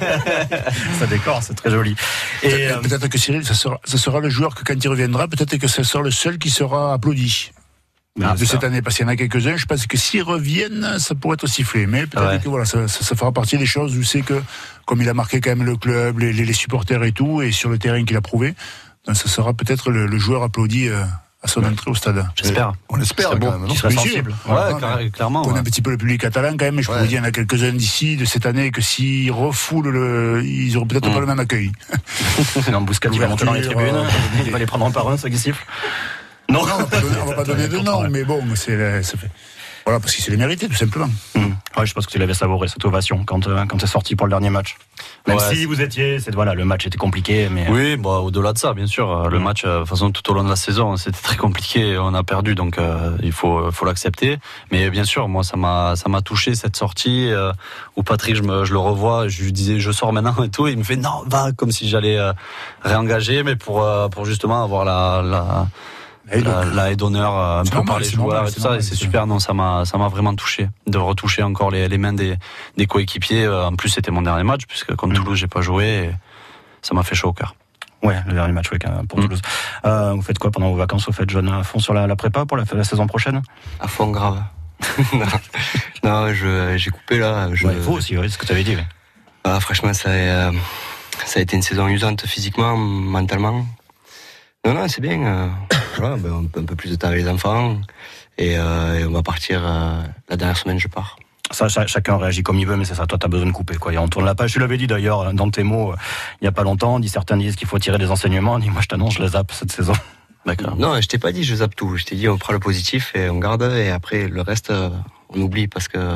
Ça décore, c'est très joli. Et peut-être, euh... peut-être que Cyril, ça sera, ça sera le joueur que quand il reviendra, peut-être que ce sera le seul qui sera applaudi. Ah, de cette année, parce qu'il y en a quelques-uns, je pense que s'ils reviennent, ça pourrait être sifflé. Mais peut-être ouais. que voilà, ça, ça, ça fera partie des choses où c'est que, comme il a marqué quand même le club, les, les, les supporters et tout, et sur le terrain qu'il a prouvé, donc ça sera peut-être le, le joueur applaudi euh, à son ouais. entrée au stade. J'espère. On l'espère quand bon, même. Qui serait sensible. Ouais, ouais car- clairement. On ouais. a un petit peu le public catalan quand même, mais je ouais. peux vous dire, il y en a quelques-uns d'ici, de cette année, que s'ils refoulent le, ils auront peut-être mmh. pas le même accueil. Non, Bousquet, il va monter dans les tribunes, euh, il va les prendre un par un, ceux qui sifflent. Non, non, on va pas donner, on va pas donner de nom, mais bon, c'est, ça fait. Voilà, parce que c'est les mérité, tout simplement. Mmh. Ouais, je pense que tu l'avais savouré cette ovation quand euh, quand t'es sorti pour le dernier match. Même ouais, si vous étiez, c'est voilà, le match était compliqué, mais oui, bah au-delà de ça, bien sûr, le match, de toute façon, tout au long de la saison, c'était très compliqué, on a perdu, donc euh, il faut faut l'accepter. Mais bien sûr, moi, ça m'a ça m'a touché cette sortie euh, où Patrick, je me je le revois, je lui disais, je sors maintenant et tout, et il me fait non, va, comme si j'allais euh, réengager, mais pour euh, pour justement avoir la la La, la haie d'honneur un peu par les joueurs normal, et tout ça, normal, et c'est super. Non, ça m'a, ça m'a vraiment touché de retoucher encore les, les mains des, des coéquipiers. En plus, c'était mon dernier match puisque contre mmh. Toulouse, j'ai pas joué. Et ça m'a fait chaud au cœur. Ouais, le dernier match, ouais, pour mmh. Toulouse. Euh, vous faites quoi pendant vos vacances? Vous faites jeune à fond sur la, la prépa pour la, la saison prochaine? À fond grave. non, non je, j'ai coupé là. Je... Ouais, il faut aussi, ouais, c'est ce que tu avais dit. Ouais. Ah, franchement, ça, euh, ça a été une saison usante physiquement, mentalement. Non, non, c'est bien. Euh, voilà, ben, un peu plus de temps avec les enfants. Et, euh, et on va partir euh, la dernière semaine, je pars. Ça, ch- chacun réagit comme il veut, mais c'est ça, toi, t'as besoin de couper, quoi. Et on tourne la page. Tu l'avais dit d'ailleurs dans tes mots euh, il n'y a pas longtemps. Dit, certains disent qu'il faut tirer des enseignements. Dit, moi, je t'annonce, je les zappe cette saison. D'accord. Non, je t'ai pas dit je zappe tout. Je t'ai dit on prend le positif et on garde. Et après, le reste, euh, on oublie parce que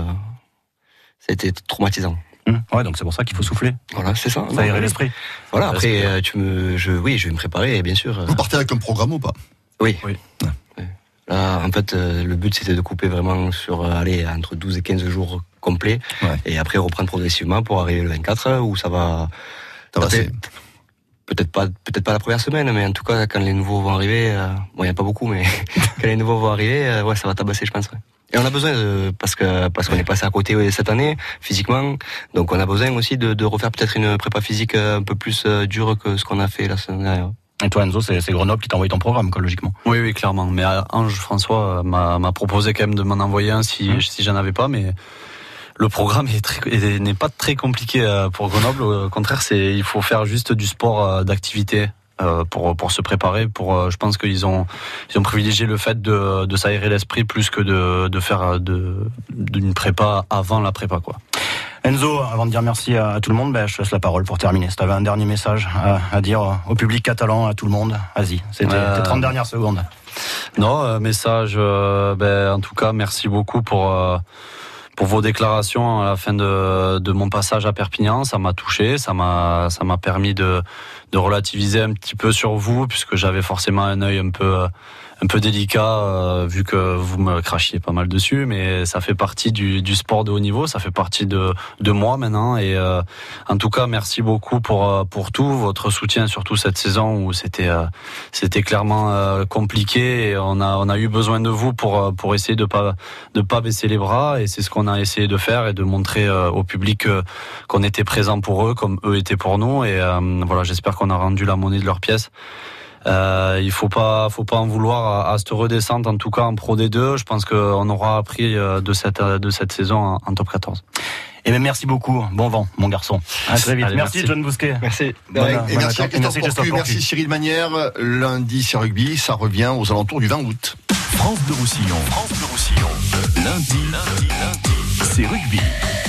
ça a été traumatisant. Ouais, donc c'est pour ça qu'il faut souffler. Voilà, c'est ça. Ça aérer l'esprit. Voilà, après, euh, tu me, je, oui, je vais me préparer, bien sûr. Vous partez avec un programme ou pas? Oui. Oui. Ouais. Là, en fait, euh, le but c'était de couper vraiment sur, euh, allez, entre douze et quinze jours complets. Ouais. Et après reprendre progressivement pour arriver le vingt-quatre où ça va. Ça va peut-être, peut-être pas, peut-être pas la première semaine, mais en tout cas, quand les nouveaux vont arriver, euh, bon, il n'y a pas beaucoup, mais quand les nouveaux vont arriver, euh, ouais, ça va tabasser, je pense. Ouais. Et on a besoin de, parce que parce qu'on est passé à côté cette année physiquement, donc on a besoin aussi de, de refaire peut-être une prépa physique un peu plus dure que ce qu'on a fait la semaine dernière. Et toi Enzo, c'est, c'est Grenoble qui t'a envoyé ton programme, quoi, logiquement. Oui, oui, clairement. Mais Ange François m'a, m'a proposé quand même de m'en envoyer un si mmh. si j'en avais pas, mais le programme est très, est, n'est pas très compliqué pour Grenoble. Au contraire, c'est il faut faire juste du sport d'activité. Pour pour se préparer, pour je pense qu'ils ont ils ont privilégié le fait de de s'aérer l'esprit plus que de de faire de d'une prépa avant la prépa, quoi. Enzo, avant de dire merci à, à tout le monde, ben, je te laisse la parole pour terminer. Si tu avais un dernier message à, à dire au public catalan, à tout le monde, vas-y, c'était euh... tes trente dernières secondes. Non, euh, message, euh, ben, en tout cas, merci beaucoup pour euh, pour vos déclarations à la fin de, de mon passage à Perpignan. Ça m'a touché, ça m'a, ça m'a permis de, de relativiser un petit peu sur vous, puisque j'avais forcément un œil un peu, un peu délicat, euh, vu que vous me crachiez pas mal dessus, mais ça fait partie du, du sport de haut niveau, ça fait partie de, de moi maintenant. Et euh, en tout cas, merci beaucoup pour, pour tout, votre soutien, surtout cette saison où c'était, euh, c'était clairement euh, compliqué. Et on a, on a eu besoin de vous pour, pour essayer de pas, de pas baisser les bras. Et c'est ce qu'on a essayé de faire et de montrer euh, au public euh, qu'on était présent pour eux, comme eux étaient pour nous. Et euh, voilà, j'espère qu'on a rendu la monnaie de leur pièce. Euh, il faut pas, faut pas en vouloir à, à cette redescente, en tout cas en Pro D deux. Je pense qu'on aura appris de cette, de cette saison en, en top quatorze. Et bien merci beaucoup, bon vent mon garçon. À très vite. Allez, merci, merci John Bousquet. Merci. Bon, et, et merci à Christophe Porcu, merci Cyril Manière. Lundi c'est rugby, ça revient aux alentours du vingt août. France Bleu Roussillon. France Bleu Roussillon. Lundi, lundi, lundi, c'est rugby.